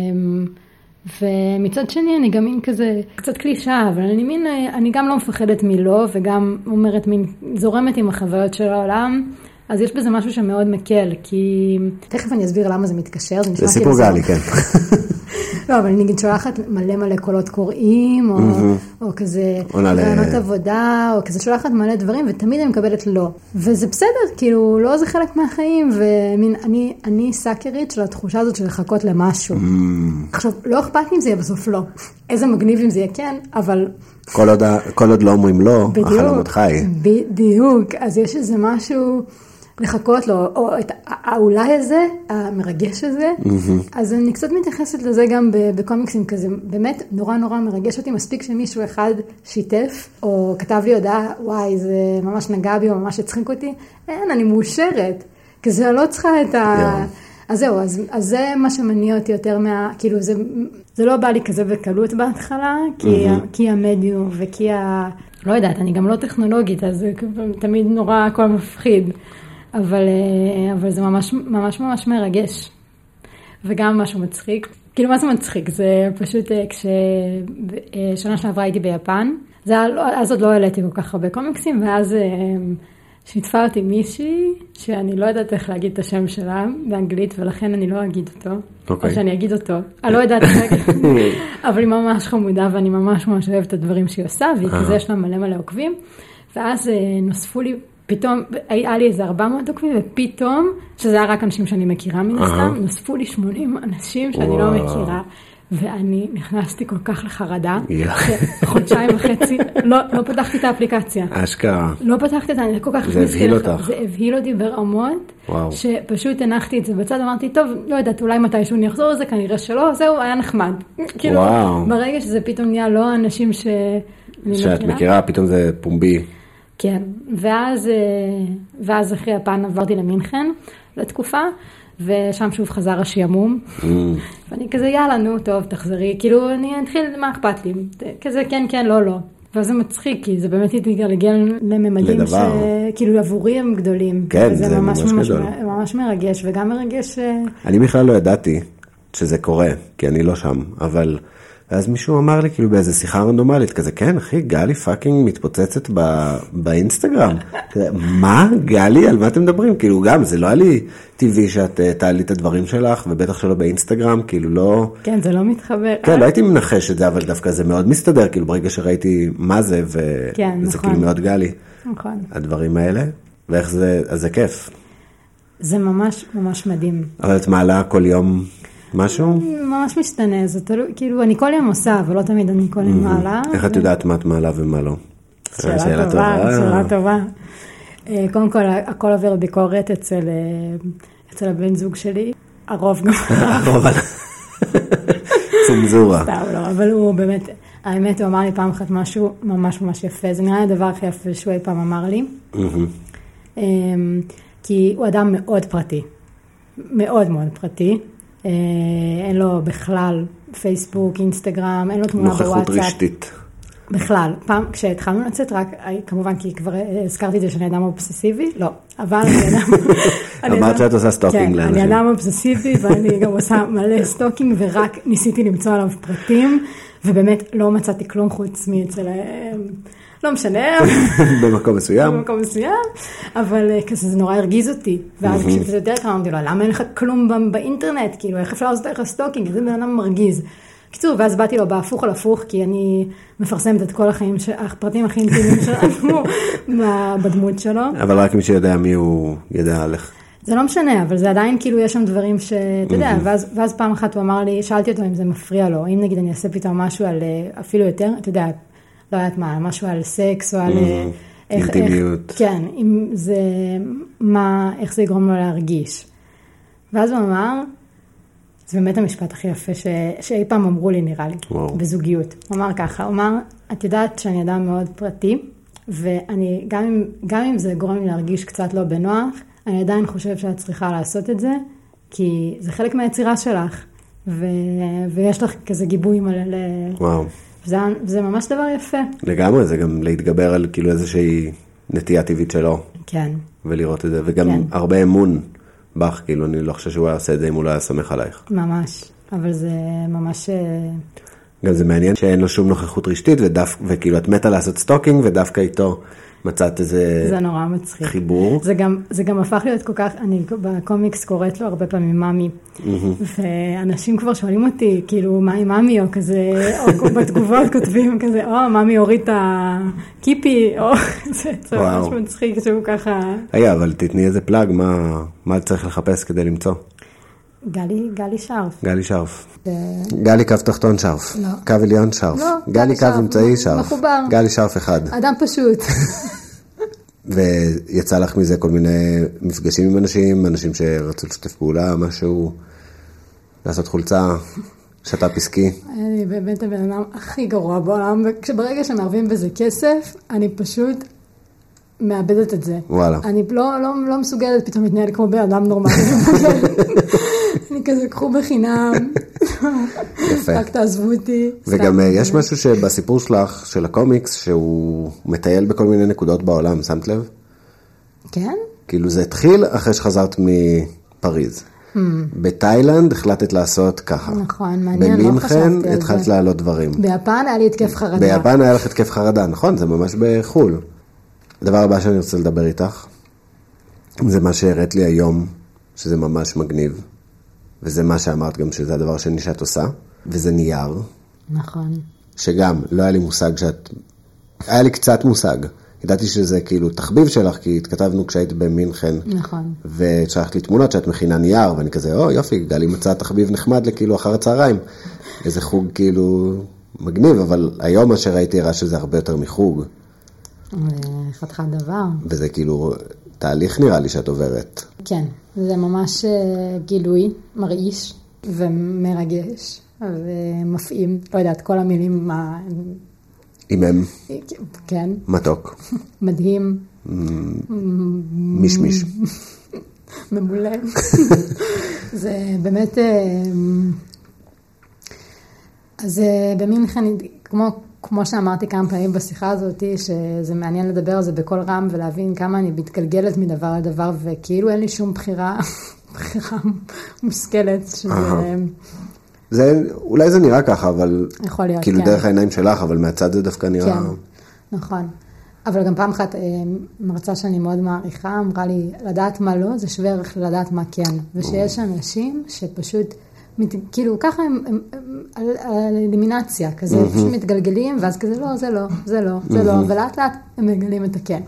ומצד שני, אני גם מין כזה, קצת קלישה, אבל אני מין, אני גם לא מפחדת מלא, וגם אומרת מין, זורמת עם החוויות של העולם, אז יש בזה משהו שמאוד מקל, כי תכף אני אסביר למה זה מתקשר. זה, זה סיפור גלי, כן. לא, אבל אני נגיד שולחת מלא מלא קולות קוראים, או, mm-hmm. או כזה רעיונות עבודה, או כזה שולחת מלא דברים, ותמיד אני מקבלת לא. וזה בסדר, כאילו, לא זה חלק מהחיים, ומין, אני, אני סאקרית של התחושה הזאת של לחכות למשהו. Mm-hmm. עכשיו, לא אכפת לי אם זה יהיה בסוף לא. איזה מגניב אם זה יהיה כן, אבל... כל עוד, כל עוד לא אומרים לא, החלום עוד חי. בדיוק, אז יש איזה משהו... לחכות לו, או את האולי הזה, המרגש הזה, אז אני קצת מתייחסת לזה גם בקומיקסים כזה, באמת נורא נורא מרגש אותי, מספיק שמישהו אחד שיתף, או כתב לי הודעה, וואי, זה ממש נגע בי, או ממש הצחיק אותי, אין, אני מאושרת, כי זה לא צריכה את ה... אז זהו, אז, אז זה מה שמניע אותי יותר מה... כאילו, זה, זה לא בא לי כזה בקלות בהתחלה, כי, כי המדיום וכי ה... לא יודעת, אני גם לא טכנולוגית, אז זה תמיד נורא הכל מפחיד. אבל, אבל זה ממש, ממש ממש מרגש. וגם משהו מצחיק. כאילו, מה זה מצחיק? זה פשוט כששנה שעברה הייתי ביפן. זה, אז עוד לא העליתי כל כך הרבה קומיקסים, ואז שיתפה אותי מישהי, שאני לא יודעת איך להגיד את השם שלה באנגלית, ולכן אני לא אגיד אותו. Okay. או שאני אגיד אותו. אני לא יודעת איך להגיד. אבל היא ממש חמודה, ואני ממש ממש אוהבת את הדברים שהיא עושה, והיא כזה יש לה מלא מלא עוקבים. ואז נוספו לי... פתאום, היה לי איזה ארבע מאות עוקבים, ופתאום, שזה היה רק אנשים שאני מכירה מן הסתם, נוספו לי שמונים אנשים שאני לא מכירה, ואני נכנסתי כל כך לחרדה, חודשיים וחצי, לא, לא פתחתי את האפליקציה. אשכרה. לא פתחתי את זה, אני כל כך... זה הבהיל אותך. זה הבהיל אותי ברמות, וואו. שפשוט הנחתי את זה בצד, אמרתי, טוב, לא יודעת, אולי מתישהו אני אחזור לזה, כנראה שלא, זהו, היה נחמד. כאילו, ברגע שזה פתאום נהיה לא אנשים ש... שאת מכירה, פתאום זה פומבי. כן, ואז, ואז אחרי הפן עברתי למינכן, לתקופה, ושם שוב חזר השעמום, mm. ואני כזה, יאללה, נו, טוב, תחזרי, כאילו, אני אתחיל, מה אכפת לי? כזה, כן, כן, לא, לא. וזה מצחיק, כי זה באמת התגלגל לממדים שכאילו עבורי הם גדולים. כן, זה, זה ממש, ממש גדול. ממש מרגש, וגם מרגש... אני בכלל לא ידעתי שזה קורה, כי אני לא שם, אבל... ואז מישהו אמר לי, כאילו, באיזו שיחה רנדומלית, כזה, כן, אחי, גלי פאקינג מתפוצצת בא, באינסטגרם. כזה, מה, גלי, על מה אתם מדברים? כאילו, גם, זה לא היה לי טבעי שאת תעלי את הדברים שלך, ובטח שלא באינסטגרם, כאילו, לא... כן, זה לא מתחבר. כן, לא הייתי מנחש את זה, אבל דווקא זה מאוד מסתדר, כאילו, ברגע שראיתי מה זה, וזה כן, נכון. כאילו מאוד גלי. נכון. הדברים האלה, ואיך זה, אז זה כיף. זה ממש, ממש מדהים. אבל את מעלה כל יום... משהו? ממש משתנה, זה תלוי, כאילו, אני כל יום עושה, אבל לא תמיד אני כל יום מעלה. איך את יודעת מה את מעלה ומה לא? שאלה טובה, שאלה טובה. קודם כל, הכל עובר ביקורת אצל הבן זוג שלי, הרוב גם. הרוב, צנזורה. סתם לא, אבל הוא באמת, האמת, הוא אמר לי פעם אחת משהו ממש ממש יפה, זה נראה הדבר הכי יפה שהוא אי פעם אמר לי, כי הוא אדם מאוד פרטי, מאוד מאוד פרטי, אין לו בכלל פייסבוק, אינסטגרם, אין לו תמונה בוואטסאפ. נוכחות רשתית. בכלל, פעם כשהתחלנו לצאת, רק, כמובן כי כבר הזכרתי את זה שאני אדם אובססיבי, לא, אבל אני אדם... אמרת שאת עושה סטוקינג לאנשים. כן, אני אדם אובססיבי ואני גם עושה מלא סטוקינג, ורק ניסיתי למצוא עליו פרטים, ובאמת לא מצאתי כלום חוץ מאצל... לא משנה. במקום מסוים. במקום מסוים, אבל כזה זה נורא הרגיז אותי. ואז כשזה יותר כמה אמרתי לו, למה אין לך כלום באינטרנט? כאילו, איך אפשר לעשות לך סטוקינג? זה בן אדם מרגיז. קיצור, ואז באתי לו בהפוך על הפוך, כי אני מפרסמת את כל החיים, הפרטים הכי אינטימיים שלנו בדמות שלו. אבל רק מי שיודע מי הוא ידע עליך. זה לא משנה, אבל זה עדיין כאילו יש שם דברים שאתה יודע, ואז, ואז פעם אחת הוא אמר לי, שאלתי אותו אם זה מפריע לו, אם נגיד אני אעשה פתאום משהו על, אפילו יותר, אתה יודע, לא יודעת מה, משהו על סקס או על... אינטימיות. כן, אם זה, מה, איך זה יגרום לו להרגיש. ואז הוא אמר, זה באמת המשפט הכי יפה ש, שאי פעם אמרו לי, נראה לי, וואו. בזוגיות. הוא אמר ככה, הוא אמר, את יודעת שאני אדם מאוד פרטי, ואני, גם אם, גם אם זה גורם לי להרגיש קצת לא בנוח, אני עדיין חושב שאת צריכה לעשות את זה, כי זה חלק מהיצירה שלך, ו, ויש לך כזה גיבוי מלא. וואו. זה, זה ממש דבר יפה. לגמרי, זה גם להתגבר על כאילו איזושהי נטייה טבעית שלו. כן. ולראות את זה, וגם כן. הרבה אמון בך, כאילו אני לא חושב שהוא היה עושה את זה אם הוא לא היה סמך עלייך. ממש, אבל זה ממש... גם זה מעניין שאין לו שום נוכחות רשתית, ודווקא, וכאילו את מתה לעשות סטוקינג, ודווקא איתו מצאת איזה זה נורא מצחיק. חיבור. זה גם, זה גם הפך להיות כל כך, אני בקומיקס קוראת לו הרבה פעמים מאמי, ואנשים כבר שואלים אותי, כאילו, מה עם מאמי, או כזה, או בתגובות כותבים כזה, או, מאמי הוריד את הקיפי, או, זה ממש מצחיק שהוא ככה... היה, אבל תתני איזה פלאג, מה, מה צריך לחפש כדי למצוא? גלי, גלי שרף. גלי שרף. גלי קו תחתון שרף. לא. קו עליון שרף. לא. גלי קו אמצעי שרף. מחובר. גלי שרף אחד. אדם פשוט. ויצא לך מזה כל מיני מפגשים עם אנשים, אנשים שרצו לשתף פעולה, משהו, לעשות חולצה, שת"פ עסקי. אני באמת הבן אדם הכי גרוע בעולם, וכשברגע שמערבים בזה כסף, אני פשוט... מאבדת את זה. וואלה. אני לא, לא, לא מסוגלת פתאום להתנהל כמו בן אדם נורמלי. אני כזה, קחו בחינם. יפה. רק תעזבו אותי. וגם יש משהו שבסיפור שלך, של הקומיקס, שהוא מטייל בכל מיני נקודות בעולם, שמת לב? כן? כאילו זה התחיל אחרי שחזרת מפריז. בתאילנד החלטת לעשות ככה. נכון, מעניין, לא חשבתי על זה. במינכן התחלת לעלות דברים. ביפן היה לי התקף חרדה. ביפן היה לך התקף חרדה, נכון, זה ממש בחול. הדבר הבא שאני רוצה לדבר איתך, זה מה שהראית לי היום, שזה ממש מגניב, וזה מה שאמרת גם שזה הדבר השני שאת עושה, וזה נייר. נכון. שגם, לא היה לי מושג שאת, היה לי קצת מושג ידעתי שזה כאילו תחביב שלך, כי התכתבנו כשהיית במינכן. נכון. ושלחת לי תמונות שאת מכינה נייר, ואני כזה, או יופי, גלי מצא תחביב נחמד לכאילו אחר הצהריים. איזה חוג כאילו מגניב, אבל היום מה שראיתי הראה שזה הרבה יותר מחוג. חתיכת דבר. וזה כאילו תהליך נראה לי שאת עוברת. כן, זה ממש גילוי, מרעיש ומרגש ומפעים. לא יודעת, כל המילים מה... אם הם? כן. מתוק. מדהים. מיש-מיש. ממולא. זה באמת... אז במינכן, כמו, כמו שאמרתי כמה פעמים בשיחה הזאת, שזה מעניין לדבר על זה בכל רם ולהבין כמה אני מתגלגלת מדבר לדבר, וכאילו אין לי שום בחירה, בחירה מושכלת. שזה... זה, אולי זה נראה ככה, אבל... יכול להיות, כאילו כן. דרך העיניים שלך, אבל מהצד זה דווקא נראה... כן, נכון. אבל גם פעם אחת מרצה שאני מאוד מעריכה, אמרה לי, לדעת מה לא, זה שווה ערך לדעת מה כן. ושיש אנשים שפשוט... כאילו, ככה הם, הם, הם על, על אלימינציה, כזה, mm-hmm. פשוט מתגלגלים, ואז כזה, לא, זה לא, זה לא, זה mm-hmm. לא, ולאט לאט הם מגלים את הכן.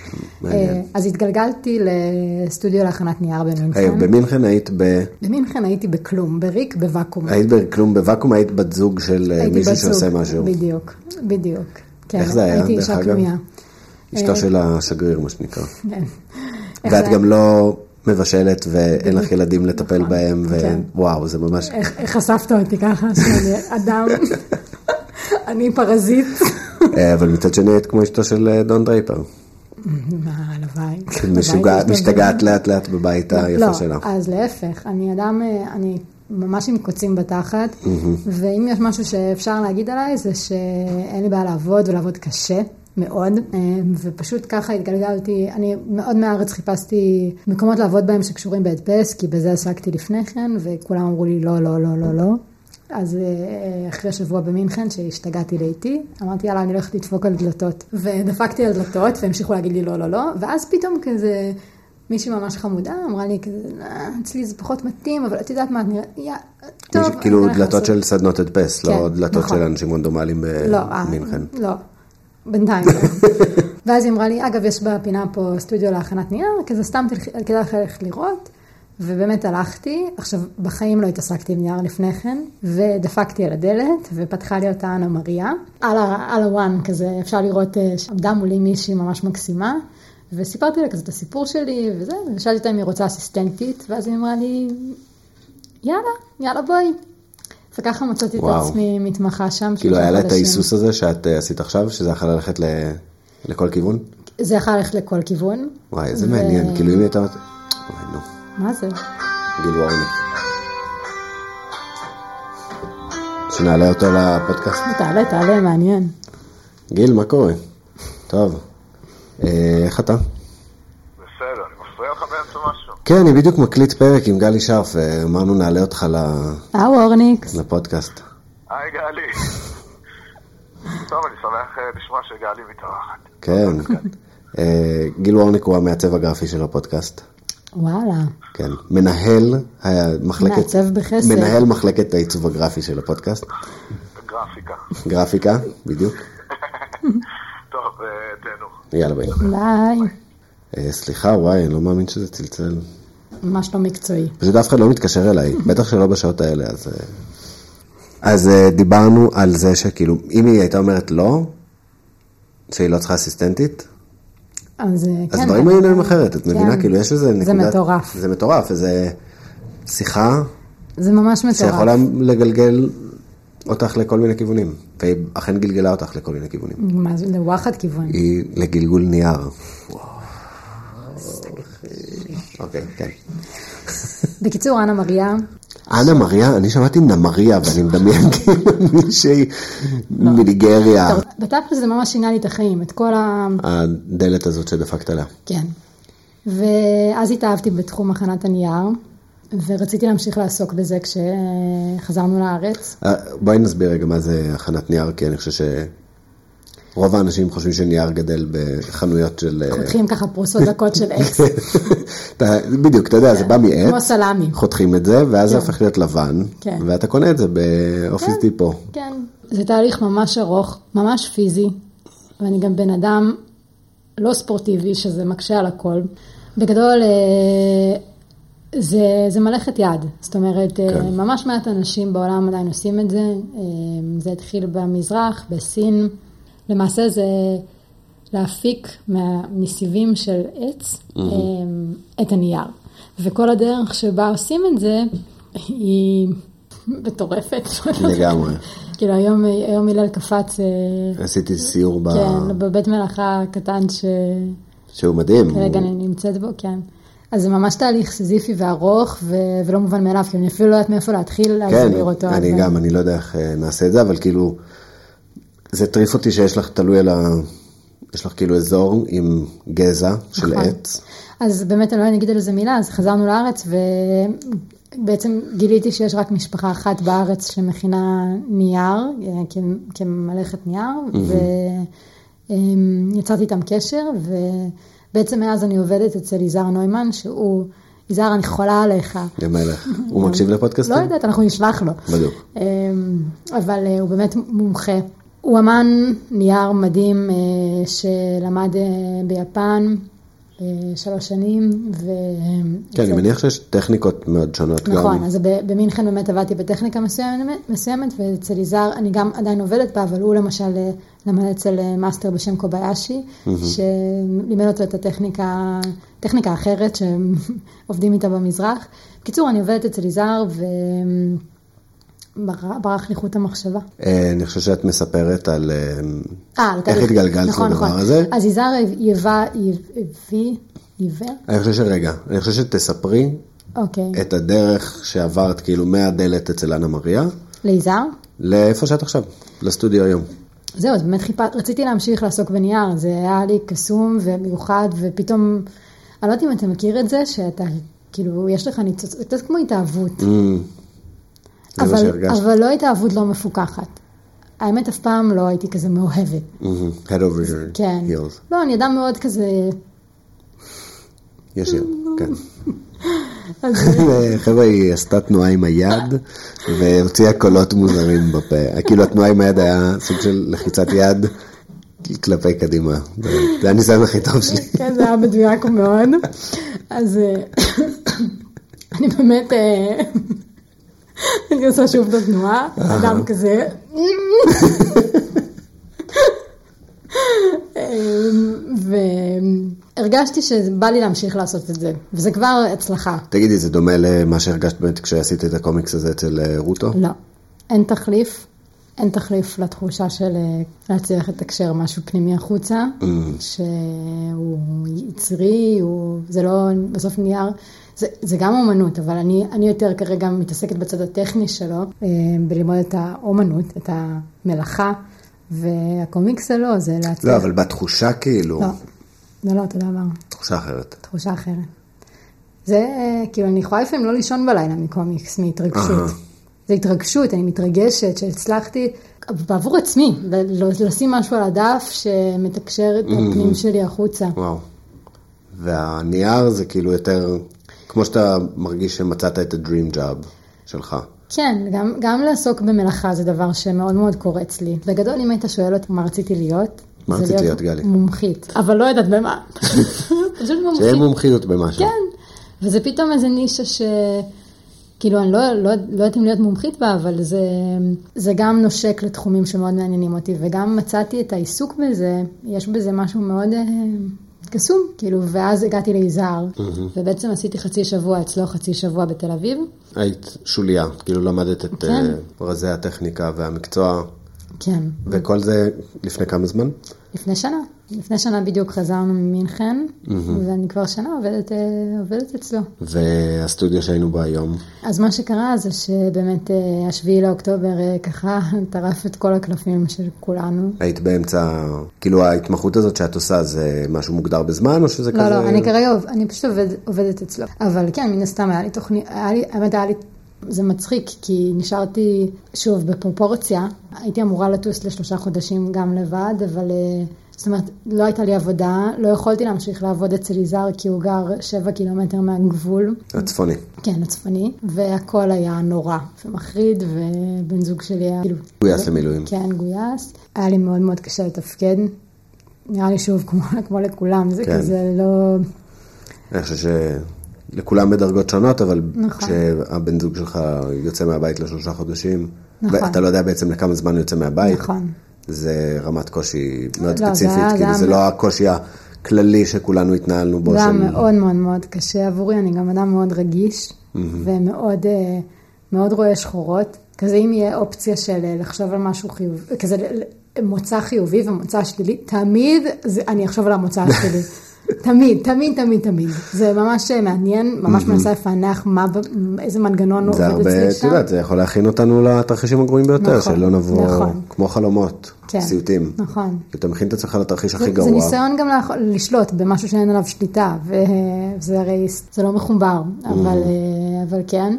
אז התגלגלתי לסטודיו להכנת נייר במינכן. במינכן היית ב... במינכן הייתי בכלום, בריק, בוואקום. היית בכלום, בוואקום היית בת זוג של מישהו שעושה משהו. בדיוק, בדיוק. איך זה היה, הייתי אישה פנימיה. אשתו של השגריר, מה שנקרא. כן. ואת גם לא... מבשלת ואין לך ילדים לטפל בהם, ווואו, זה ממש... איך חשפת אותי ככה, שאני אדם, אני פרזיט. אבל מצד שני, את כמו אשתו של דון דרייפר. מה, הלוואי. משתגעת לאט לאט בבית היפה שלה. לא, אז להפך, אני אדם, אני ממש עם קוצים בתחת, ואם יש משהו שאפשר להגיד עליי, זה שאין לי בעיה לעבוד ולעבוד קשה. מאוד, ופשוט ככה התגלגלתי, אני מאוד מהארץ חיפשתי מקומות לעבוד בהם שקשורים בהדפס, כי בזה עסקתי לפני כן, וכולם אמרו לי לא, לא, לא, לא, לא. אז אחרי שבוע במינכן שהשתגעתי לאיתי, אמרתי יאללה, אני הולכת לדפוק על דלתות. ודפקתי על דלתות, והמשיכו להגיד לי לא, לא, לא, ואז פתאום כזה, מישהי ממש חמודה, אמרה לי כזה, אצלי זה פחות מתאים, אבל את יודעת מה, נראה, טוב. כאילו דלתות של סדנות הדפס, לא דלתות של אנשים רנדומליים במינכן. לא, לא. בינתיים. ואז היא אמרה לי, אגב, יש בפינה פה סטודיו להכנת נייר, כזה סתם כדאי לך ללכת לראות, ובאמת הלכתי, עכשיו בחיים לא התעסקתי עם נייר לפני כן, ודפקתי על הדלת, ופתחה לי אותה אנה מריה, על הוואן כזה, אפשר לראות שעמדה מולי מישהי ממש מקסימה, וסיפרתי לה כזה את הסיפור שלי, וזה, ושאלתי אותה אם היא רוצה אסיסטנטית, ואז היא אמרה לי, יאללה, יאללה בואי. וככה מצאתי את עצמי מתמחה שם. כאילו היה לה את ההיסוס הזה שאת עשית עכשיו, שזה יכול ללכת לכל כיוון? זה יכול ללכת לכל כיוון. וואי, איזה מעניין, כאילו אם היא הייתה... וואי, נו. מה זה? גיל וורניק. שנעלה אותו לפודקאסט. תעלה, תעלה, מעניין. גיל, מה קורה? טוב. איך אתה? בסדר, אני מפריע לך באמצע משהו. כן, אני בדיוק מקליט פרק עם גלי שרף, ואמרנו נעלה אותך אה, וורניקס. לפודקאסט. היי גלי. טוב, אני שמח לשמוע שגלי מתארחת. כן. גיל וורניק הוא המעצב הגרפי של הפודקאסט. וואלה. כן, מנהל מחלקת... מעצב בחסד. מנהל מחלקת העיצוב הגרפי של הפודקאסט. גרפיקה. גרפיקה, בדיוק. טוב, תהנו. יאללה ביי. ביי. סליחה, וואי, אני לא מאמין שזה צלצל. ממש לא מקצועי. פשוט אף אחד לא מתקשר אליי, בטח שלא בשעות האלה, אז... אז דיברנו על זה שכאילו, אם היא הייתה אומרת לא, שהיא לא צריכה אסיסטנטית, אז אז דברים היו נראים אחרת, את מבינה? כאילו יש איזה נקודת... זה מטורף. זה מטורף, איזה שיחה... זה ממש מטורף. שיכולה לגלגל אותך לכל מיני כיוונים, והיא אכן גלגלה אותך לכל מיני כיוונים. מה זה? לווחד כיוון. היא לגלגול נייר. אוקיי, כן. בקיצור, אנה מריה. אנה מריה, אני שמעתי נמריה, ואני מדמיין כאילו מישהי מניגריה. בתכל'ס זה ממש שינה לי את החיים, את כל ה... הדלת הזאת שדפקת עליה. כן. ואז התאהבתי בתחום הכנת הנייר, ורציתי להמשיך לעסוק בזה כשחזרנו לארץ. בואי נסביר רגע מה זה הכנת נייר, כי אני חושב ש... רוב האנשים חושבים שנייר גדל בחנויות של... חותכים ככה פרוסות דקות של עץ. בדיוק, אתה יודע, זה בא מעץ. כמו סלמי. חותכים את זה, ואז זה הופך להיות לבן, ואתה קונה את זה באופיס דיפו. כן, זה תהליך ממש ארוך, ממש פיזי, ואני גם בן אדם לא ספורטיבי, שזה מקשה על הכל. בגדול, זה, זה מלאכת יד. זאת אומרת, כן. ממש מעט אנשים בעולם עדיין עושים את זה. זה התחיל במזרח, בסין. למעשה זה להפיק מהמסיבים של עץ mm-hmm. את הנייר. וכל הדרך שבה עושים את זה, היא מטורפת. לגמרי. כאילו, היום, היום הלל קפץ... עשיתי סיור ב... כן, בבית מלאכה קטן ש... שהוא מדהים. כרגע הוא... אני נמצאת בו, כן. אז זה ממש תהליך סזיפי וארוך, ו... ולא מובן מאליו, כי אני אפילו לא יודעת מאיפה להתחיל להסביר כן, אותו. אני גם, אני לא יודע איך נעשה את זה, אבל כאילו, זה טריף אותי שיש לך תלוי על ה... יש לך כאילו אזור עם גזע של נכון. עץ. אז באמת, אני לא אגיד על זה מילה, אז חזרנו לארץ, ובעצם גיליתי שיש רק משפחה אחת בארץ שמכינה נייר, כמלאכת נייר, ויצרתי איתם קשר, ובעצם מאז אני עובדת אצל יזהר נוימן, שהוא, יזהר, אני חולה עליך. למלך. הוא מקשיב לפודקאסטים? לא יודעת, אנחנו נשלח לו. בדיוק. אבל הוא באמת מומחה. הוא אמן נייר מדהים שלמד ביפן שלוש שנים. ו... כן, אני מניח שיש טכניקות מאוד שונות. נכון, גם... אז במינכן באמת עבדתי בטכניקה מסוימת, מסוימת ואצל יזהר אני גם עדיין עובדת בה, אבל הוא למשל למד אצל מאסטר בשם קוביישי, mm-hmm. שלימד אותו את הטכניקה, טכניקה אחרת שעובדים איתה במזרח. בקיצור, אני עובדת אצל יזהר ו... ברח לי חוט המחשבה. אני חושב שאת מספרת על איך התגלגלת לדבר הזה. אז יזהר יבא, יביא, יבא? אני חושב שרגע, אני חושב שתספרי את הדרך שעברת כאילו מהדלת אצל אנה מריה. ליזהר? לאיפה שאת עכשיו, לסטודיו היום. זהו, אז באמת חיפת, רציתי להמשיך לעסוק בנייר, זה היה לי קסום ומיוחד, ופתאום, אני לא יודעת אם אתה מכיר את זה, שאתה, כאילו, יש לך ניצוץ, קצת כמו התאהבות. אבל, אבל לא התאהבות לא מפוקחת. האמת, אף פעם לא הייתי כזה מאוהבת. Mm-hmm. Head over your כן. heels. לא, אני אדם מאוד כזה... ישיר, כן. חבר'ה, היא עשתה תנועה עם היד, והוציאה קולות מוזרים בפה. כאילו, התנועה עם היד היה סוג של לחיצת יד כלפי קדימה. זה הניסיון הכי טוב שלי. כן, זה היה מדויק מאוד. אז אני באמת... אני עושה שוב את התנועה, אדם כזה. והרגשתי שבא לי להמשיך לעשות את זה, וזה כבר הצלחה. תגידי, זה דומה למה שהרגשת באמת כשעשית את הקומיקס הזה אצל רוטו? לא, אין תחליף. אין תחליף לתחושה של להצליח לתקשר משהו פנימי החוצה, שהוא יצרי, זה לא בסוף נייר. זה, זה גם אומנות, אבל אני, אני יותר כרגע מתעסקת בצד הטכני שלו, בלמוד את האומנות, את המלאכה, והקומיקס זה לא, זה להצליח. לא, אבל בתחושה כאילו... לא, זה לא, תודה רבה. תחושה אחרת. תחושה אחרת. זה, כאילו, אני יכולה לפעמים לא לישון בלילה מקומיקס, מהתרגשות. זה התרגשות, אני מתרגשת, שהצלחתי, בעבור עצמי, לשים משהו על הדף שמתקשר את הפנים שלי החוצה. וואו. והנייר זה כאילו יותר... כמו שאתה מרגיש שמצאת את ה-dream job שלך. כן, גם, גם לעסוק במלאכה זה דבר שמאוד מאוד קורץ לי. בגדול, אם היית שואל אותי מה רציתי להיות, מה רציתי להיות, להיות, גלי? מומחית. אבל לא יודעת במה. פשוט מומחית. שאין מומחיות במשהו. כן, וזה פתאום איזה נישה ש... כאילו, אני לא, לא, לא יודעת אם להיות מומחית בה, אבל זה, זה גם נושק לתחומים שמאוד מעניינים אותי, וגם מצאתי את העיסוק בזה, יש בזה משהו מאוד... קסום, כאילו, ואז הגעתי ליזהר, ובעצם עשיתי חצי שבוע אצלו, חצי שבוע בתל אביב. היית שוליה, כאילו למדת את רזי הטכניקה והמקצוע. כן. וכל זה לפני כמה זמן? לפני שנה. לפני שנה בדיוק חזרנו ממינכן, ואני כבר שנה עובדת, עובדת אצלו. והסטודיו שהיינו בו היום? אז מה שקרה זה שבאמת השביעי לאוקטובר ככה טרף את כל הקלפים של כולנו. היית באמצע, כאילו ההתמחות הזאת שאת עושה, זה משהו מוגדר בזמן או שזה לא, כזה? לא, אני כרגע, אני פשוט עובד, עובדת אצלו. אבל כן, מן הסתם היה לי תוכנית, היה לי, האמת היה לי, זה מצחיק, כי נשארתי שוב בפרופורציה, הייתי אמורה לטוס לשלושה חודשים גם לבד, אבל זאת אומרת, לא הייתה לי עבודה, לא יכולתי להמשיך לעבוד אצל יזהר, כי הוא גר שבע קילומטר מהגבול. הצפוני. כן, הצפוני, והכל היה נורא ומחריד, ובן זוג שלי היה... גויס למילואים. כן, גויס. היה לי מאוד מאוד קשה לתפקד. נראה לי שוב, כמו, כמו לכולם, זה כן. כזה לא... אני חושב שלכולם בדרגות שונות, אבל נכון. כשהבן זוג שלך יוצא מהבית לשלושה חודשים, נכון. ואתה לא יודע בעצם לכמה זמן הוא יוצא מהבית, נכון. זה רמת קושי מאוד לא, ספציפית, זה, כאילו זה, זה לא הקושי הכללי שכולנו התנהלנו בו. זה היה של... מאוד מאוד מאוד קשה עבורי, אני גם אדם מאוד רגיש, mm-hmm. ומאוד מאוד רואה שחורות, כזה אם יהיה אופציה של לחשוב על משהו חיובי, כזה מוצא חיובי ומוצא שלילי, תמיד זה, אני אחשוב על המוצא השלילי. תמיד, תמיד, תמיד, תמיד. זה ממש מעניין, ממש מנסה לפענח איזה מנגנון עובד אצלי שם. זה הרבה, תדעת, זה יכול להכין אותנו לתרחישים הגרועים ביותר, שלא נבוא כמו חלומות, סיוטים. נכון. אתה מכין את עצמך לתרחיש הכי גרוע. זה ניסיון גם לשלוט במשהו שאין עליו שליטה, וזה הרי, זה לא מחובר, אבל כן.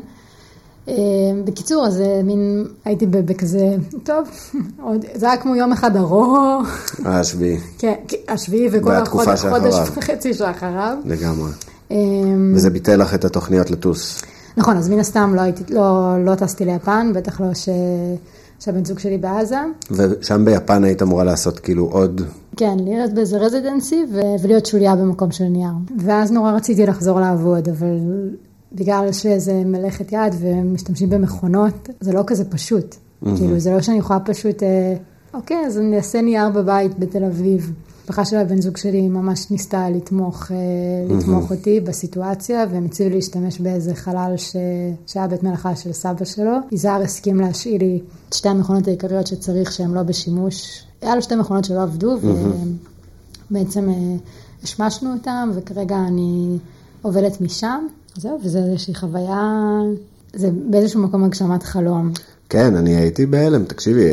בקיצור, אז מין, הייתי בכזה, טוב, זה היה כמו יום אחד ארוך. השביעי. כן, השביעי וכל החודש וחצי שאחריו. לגמרי. וזה ביטל לך את התוכניות לטוס. נכון, אז מן הסתם לא טסתי ליפן, בטח לא שהבן זוג שלי בעזה. ושם ביפן היית אמורה לעשות כאילו עוד... כן, להיות באיזה רזידנסי ולהיות שוליה במקום של נייר. ואז נורא רציתי לחזור לעבוד, אבל... בגלל שזה מלאכת יד ומשתמשים במכונות, זה לא כזה פשוט. Mm-hmm. כאילו, זה לא שאני יכולה פשוט, אה, אוקיי, אז אני אעשה נייר בבית בתל אביב. המשפחה של הבן זוג שלי ממש ניסתה לתמוך, אה, mm-hmm. לתמוך אותי בסיטואציה, והם הציעו לי להשתמש באיזה חלל ש... שהיה בית מלאכה של סבא שלו. יזהר הסכים להשאיר לי את שתי המכונות העיקריות שצריך שהן לא בשימוש. היה לו שתי מכונות שלא עבדו, mm-hmm. ובעצם אה, השמשנו אותם, וכרגע אני עובדת משם. זהו, וזה איזושהי חוויה, זה באיזשהו מקום הגשמת חלום. כן, אני הייתי בהלם, תקשיבי,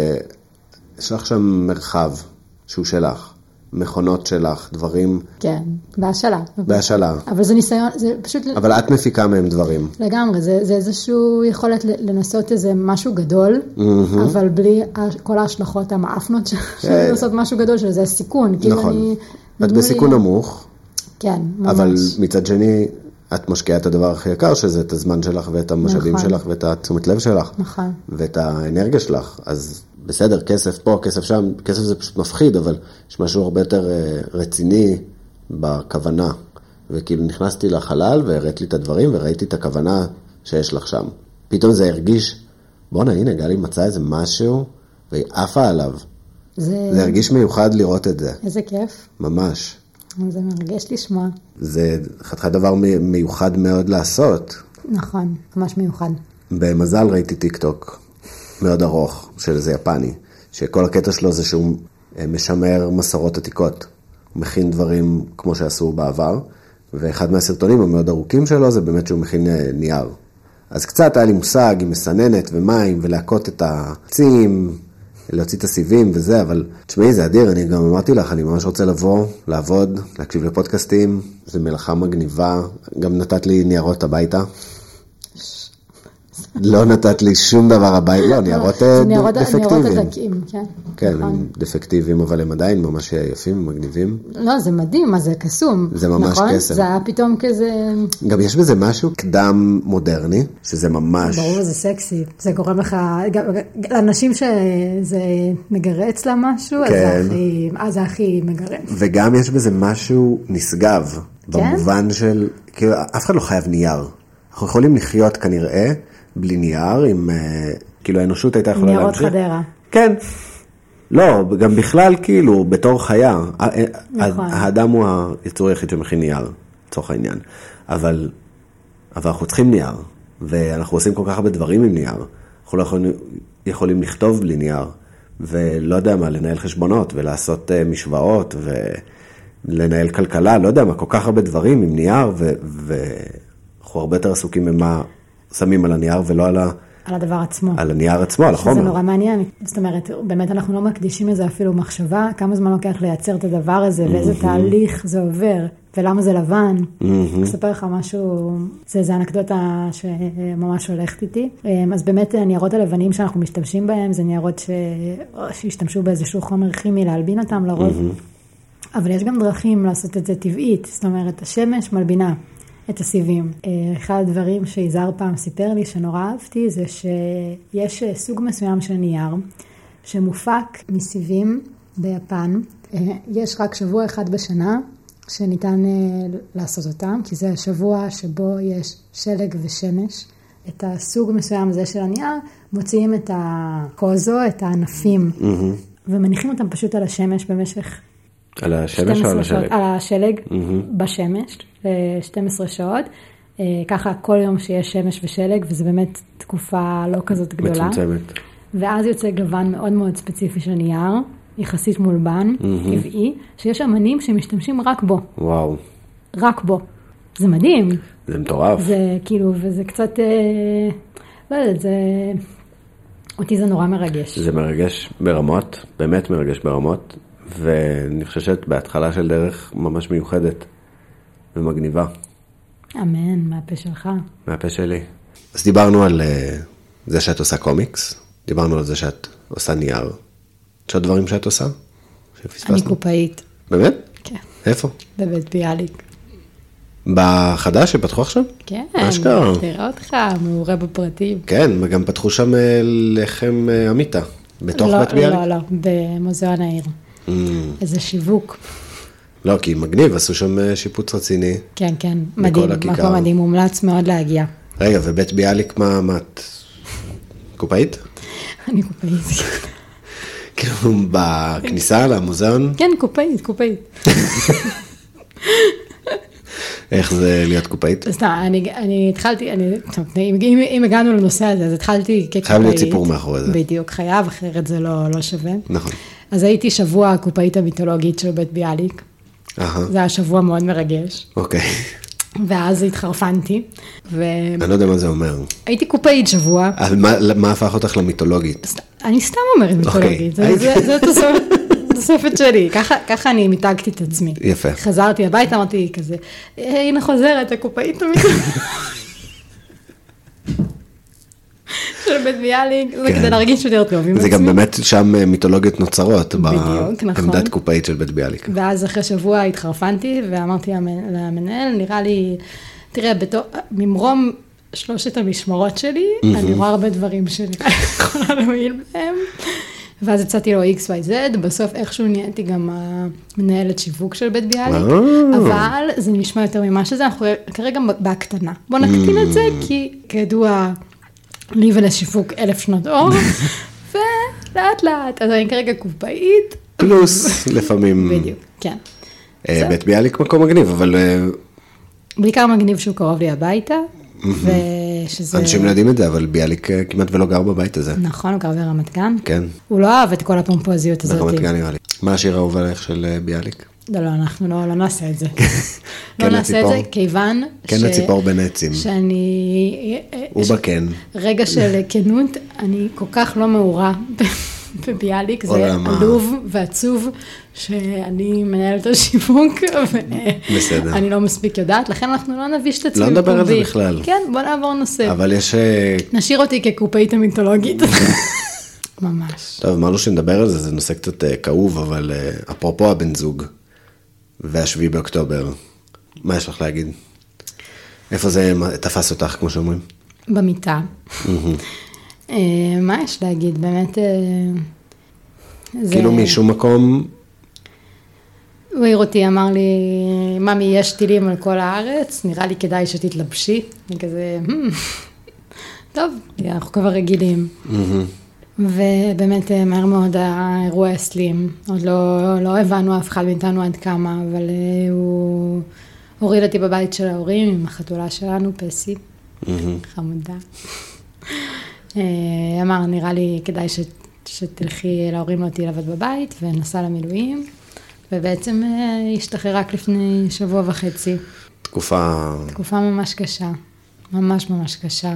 יש לך שם מרחב שהוא שלך, מכונות שלך, דברים... כן, בהשאלה. בהשאלה. אבל זה ניסיון, זה פשוט... אבל את מפיקה מהם דברים. לגמרי, זה, זה איזשהו יכולת לנסות איזה משהו גדול, mm-hmm. אבל בלי כל ההשלכות המאפנות של לעשות משהו גדול שלו, זה הסיכון. נכון, אני, את בסיכון לי... נמוך. כן, ממש. אבל מצד שני... את משקיעה את הדבר הכי יקר, שזה את הזמן שלך ואת המשאבים נכון. שלך ואת התשומת לב שלך. נכון. ואת האנרגיה שלך. אז בסדר, כסף פה, כסף שם, כסף זה פשוט מפחיד, אבל יש משהו הרבה יותר רציני בכוונה. וכאילו נכנסתי לחלל והראית לי את הדברים וראיתי את הכוונה שיש לך שם. פתאום זה הרגיש, בוא'נה, הנה, גלי מצא איזה משהו והיא עפה עליו. זה... זה הרגיש מיוחד לראות את זה. איזה כיף. ממש. זה מרגש לשמוע. זה חתיכת דבר מיוחד מאוד לעשות. נכון, ממש מיוחד. במזל ראיתי טיק טוק מאוד ארוך של איזה יפני, שכל הקטע שלו זה שהוא משמר מסורות עתיקות. הוא מכין דברים כמו שעשו בעבר, ואחד מהסרטונים המאוד ארוכים שלו זה באמת שהוא מכין נייר. אז קצת היה לי מושג עם מסננת ומים ולהקות את העצים, להוציא את הסיבים וזה, אבל תשמעי, זה אדיר, אני גם אמרתי לך, אני ממש רוצה לבוא, לעבוד, להקשיב לפודקאסטים, זה מלאכה מגניבה, גם נתת לי ניירות הביתה. לא נתת לי שום דבר הביתה, לא, ניירות דפקטיביים. ניירות הדקים, כן. כן, הם דפקטיביים, אבל הם עדיין ממש יפים, מגניבים. לא, זה מדהים, מה זה קסום. זה ממש קסם. זה היה פתאום כזה... גם יש בזה משהו קדם מודרני, שזה ממש... ברור, זה סקסי. זה גורם לך... לאנשים שזה מגרץ לה משהו, אז זה הכי מגרץ. וגם יש בזה משהו נשגב, במובן של... כאילו, אף אחד לא חייב נייר. אנחנו יכולים לחיות כנראה בלי נייר, עם... כאילו, האנושות הייתה יכולה להמשיך. ניירות חדרה. כן. לא, גם בכלל, כאילו, בתור חיה. נכון. האדם הוא היצור היחיד שמכין נייר, לצורך העניין. אבל, אבל אנחנו צריכים נייר, ואנחנו עושים כל כך הרבה דברים עם נייר. אנחנו לא יכולים, יכולים לכתוב בלי נייר, ולא יודע מה, לנהל חשבונות, ולעשות משוואות, ולנהל כלכלה, לא יודע מה, כל כך הרבה דברים עם נייר, ו... ו... אנחנו הרבה יותר עסוקים במה שמים על הנייר ולא על, ה... על הדבר עצמו. על הנייר עצמו, על החומר. זה נורא מעניין. זאת אומרת, באמת אנחנו לא מקדישים לזה אפילו מחשבה, כמה זמן לוקח לייצר את הדבר הזה, ואיזה תהליך זה עובר, ולמה זה לבן. אני אספר לך משהו, זה, זה אנקדוטה שממש הולכת איתי. אז באמת הניירות הלבנים שאנחנו משתמשים בהם, זה ניירות ש... שהשתמשו באיזשהו חומר כימי להלבין אותם לרוב. אבל יש גם דרכים לעשות את זה טבעית. זאת אומרת, השמש מלבינה את הסיבים. אחד הדברים שיזהר פעם סיפר לי שנורא אהבתי, זה שיש סוג מסוים של נייר, שמופק מסיבים ביפן, יש רק שבוע אחד בשנה שניתן לעשות אותם, כי זה השבוע שבו יש שלג ושמש. את הסוג מסוים הזה של הנייר, מוציאים את הקוזו, את הענפים, ומניחים אותם פשוט על השמש במשך... על השמש או על השלג? על השלג, בשמש, ל-שתים עשרה שעות. ככה כל יום שיש שמש ושלג, וזה באמת תקופה לא כזאת גדולה. מצומצמת. ואז יוצא גוון מאוד מאוד ספציפי של נייר, יחסית מולבן, טבעי, שיש אמנים שמשתמשים רק בו. וואו. רק בו. זה מדהים. זה מטורף. זה כאילו, וזה קצת, אה, לא יודעת, זה, אותי זה נורא מרגש. זה מרגש ברמות, באמת מרגש ברמות, ואני חושבת בהתחלה של דרך ממש מיוחדת ומגניבה. אמן, מהפה שלך. מהפה שלי. אז דיברנו על uh, זה שאת עושה קומיקס, דיברנו על זה שאת עושה נייר. יש עוד דברים שאת עושה? אני קופאית. באמת? כן. איפה? בבית ביאליק. בחדש שפתחו עכשיו? כן, אשכרה. תראה אותך, מעורה בפרטים. כן, וגם פתחו שם לחם אמיתה, בתוך לא, בית ביאליק? לא, לא, במוזיאון העיר. Mm. איזה שיווק. לא, כי מגניב, עשו שם שיפוץ רציני. כן, כן, מדהים, מקום מדהים, מומלץ מאוד להגיע. רגע, ובית ביאליק מה, מה את? קופאית? אני קופאית. כאילו, בכניסה למוזיאון? כן, קופאית, קופאית. איך זה להיות קופאית? סתם, אני, אני התחלתי, אני, טוב, אם, אם הגענו לנושא הזה, אז התחלתי כקופאית. חייב להיות סיפור מאחורי זה. בדיוק, חייב, אחרת זה לא, לא שווה. נכון. אז הייתי שבוע הקופאית המיתולוגית של בית ביאליק. זה היה שבוע מאוד מרגש. אוקיי. ואז התחרפנתי. ו... אני לא יודע מה זה אומר. הייתי קופאית שבוע. אבל מה, מה הפך אותך למיתולוגית? אני סתם אומרת מיתולוגית. זה, זה, זה תוספת, תוספת שלי. ככה, ככה אני מיתגתי את עצמי. יפה. חזרתי הביתה, אמרתי כזה, הנה חוזרת, הקופאית המיתולוגית. של בית ביאליק, זה כדי להרגיש יותר טוב עם עצמי. זה גם באמת שם מיתולוגיות נוצרות, בדיוק, נכון. בעמדת קופאית של בית ביאליק. ואז אחרי שבוע התחרפנתי, ואמרתי למנהל, נראה לי, תראה, ממרום שלושת המשמרות שלי, אני רואה הרבה דברים שאני יכולה להועיל בהם, ואז יצאתי לו אקס וואי זד, בסוף איכשהו נהייתי גם המנהלת שיווק של בית ביאליק, אבל זה נשמע יותר ממה שזה, אנחנו כרגע בהקטנה. בוא נקטין את זה, כי כידוע, לי ולשיווק אלף שנות אור, ולאט לאט, אז אני כרגע קופאית. פלוס, לפעמים. בדיוק, כן. בית ביאליק מקום מגניב, אבל... בעיקר מגניב שהוא קרוב לי הביתה, ושזה... אנשים לא יודעים את זה, אבל ביאליק כמעט ולא גר בבית הזה. נכון, הוא גר ברמת גן. כן. הוא לא אהב את כל הפומפוזיות הזאת. ברמת גן נראה לי. מה השיר האהוב עליך של ביאליק? לא, לא, אנחנו לא נעשה את זה. לא נעשה את זה, כיוון כן לציפור בין עצים. שאני... הוא בכן. רגע של כנות, אני כל כך לא מעורה בביאליק, זה עלוב ועצוב, שאני מנהלת השיווק, ואני לא מספיק יודעת, לכן אנחנו לא נביש את עצמי. לא נדבר על זה בכלל. כן, בוא נעבור נושא. אבל יש... נשאיר אותי כקופאית המיתולוגית. ממש. טוב, אמרנו שנדבר על זה, זה נושא קצת כאוב, אבל אפרופו הבן זוג, והשביעי באוקטובר, מה יש לך להגיד? איפה זה תפס אותך, כמו שאומרים? במיטה. מה יש להגיד? באמת... כאילו משום מקום... הוא העיר אותי, אמר לי, ממי, יש טילים על כל הארץ, נראה לי כדאי שתתלבשי. אני כזה, טוב, אנחנו כבר רגילים. ובאמת מהר מאוד האירוע הסלים, עוד לא, לא הבנו אף אחד מאיתנו עד כמה, אבל הוא הוריד אותי בבית של ההורים עם החתולה שלנו, פסי, חמודה. אמר, נראה לי כדאי ש, שתלכי להורים אותי לעבוד בבית, ונסע למילואים, ובעצם השתחרר רק לפני שבוע וחצי. תקופה... תקופה ממש קשה, ממש ממש קשה.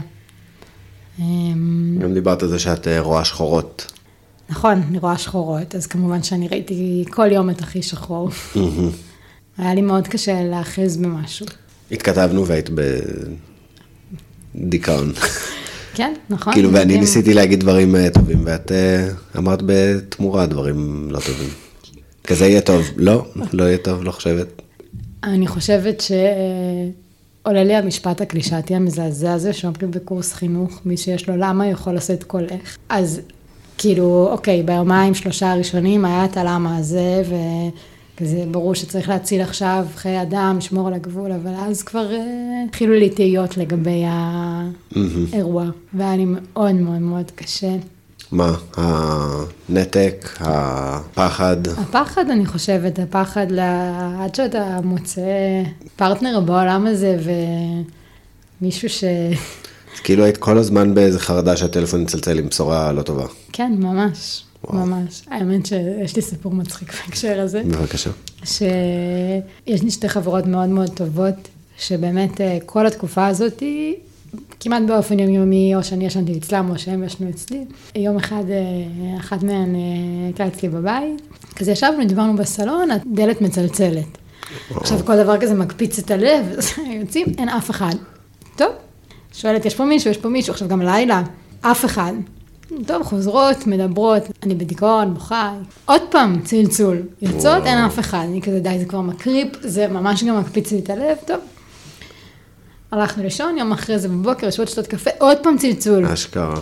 גם דיברת על זה שאת רואה שחורות. נכון, אני רואה שחורות, אז כמובן שאני ראיתי כל יום את הכי שחור. היה לי מאוד קשה להאחז במשהו. התכתבנו והיית בדיכאון. כן, נכון. כאילו, ואני ניסיתי להגיד דברים טובים, ואת אמרת בתמורה דברים לא טובים. כזה יהיה טוב. לא, לא יהיה טוב, לא חושבת. אני חושבת ש... עולה לי המשפט הקלישאתי המזעזע הזה, שאומרים בקורס חינוך, מי שיש לו למה יכול לשאת כל איך. אז כאילו, אוקיי, ביומיים שלושה הראשונים היה את הלמה הזה, וכזה ברור שצריך להציל עכשיו חיי אדם, לשמור על הגבול, אבל אז כבר התחילו לי תהיות לגבי האירוע, והיה לי מאוד מאוד מאוד קשה. מה? הנתק, הפחד? הפחד, אני חושבת, הפחד עד שאתה מוצא פרטנר בעולם הזה, ומישהו ש... כאילו היית כל הזמן באיזה חרדה שהטלפון יצלצל עם בשורה לא טובה. כן, ממש, וואו. ממש. האמת שיש לי סיפור מצחיק בהקשר הזה. בבקשה. שיש לי שתי חברות מאוד מאוד טובות, שבאמת כל התקופה הזאת, כמעט באופן יומיומי, או שאני ישנתי אצלם, או שהם ישנו אצלי. יום אחד, אחת מהן הייתה אצלי בבית, כזה ישבנו, דיברנו בסלון, הדלת מצלצלת. עכשיו כל דבר כזה מקפיץ את הלב, יוצאים, אין אף אחד. טוב. שואלת, יש פה מישהו, יש פה מישהו, עכשיו גם לילה, אף אחד. טוב, חוזרות, מדברות, אני בדיכאון, בוכה, עוד פעם צלצול, יוצאות, אין אף אחד, אני כזה די, זה כבר מקריפ, זה ממש גם מקפיץ לי את הלב, טוב. הלכנו לישון, יום אחרי זה בבוקר, יושבות שתות קפה, עוד פעם צלצול. אשכרה.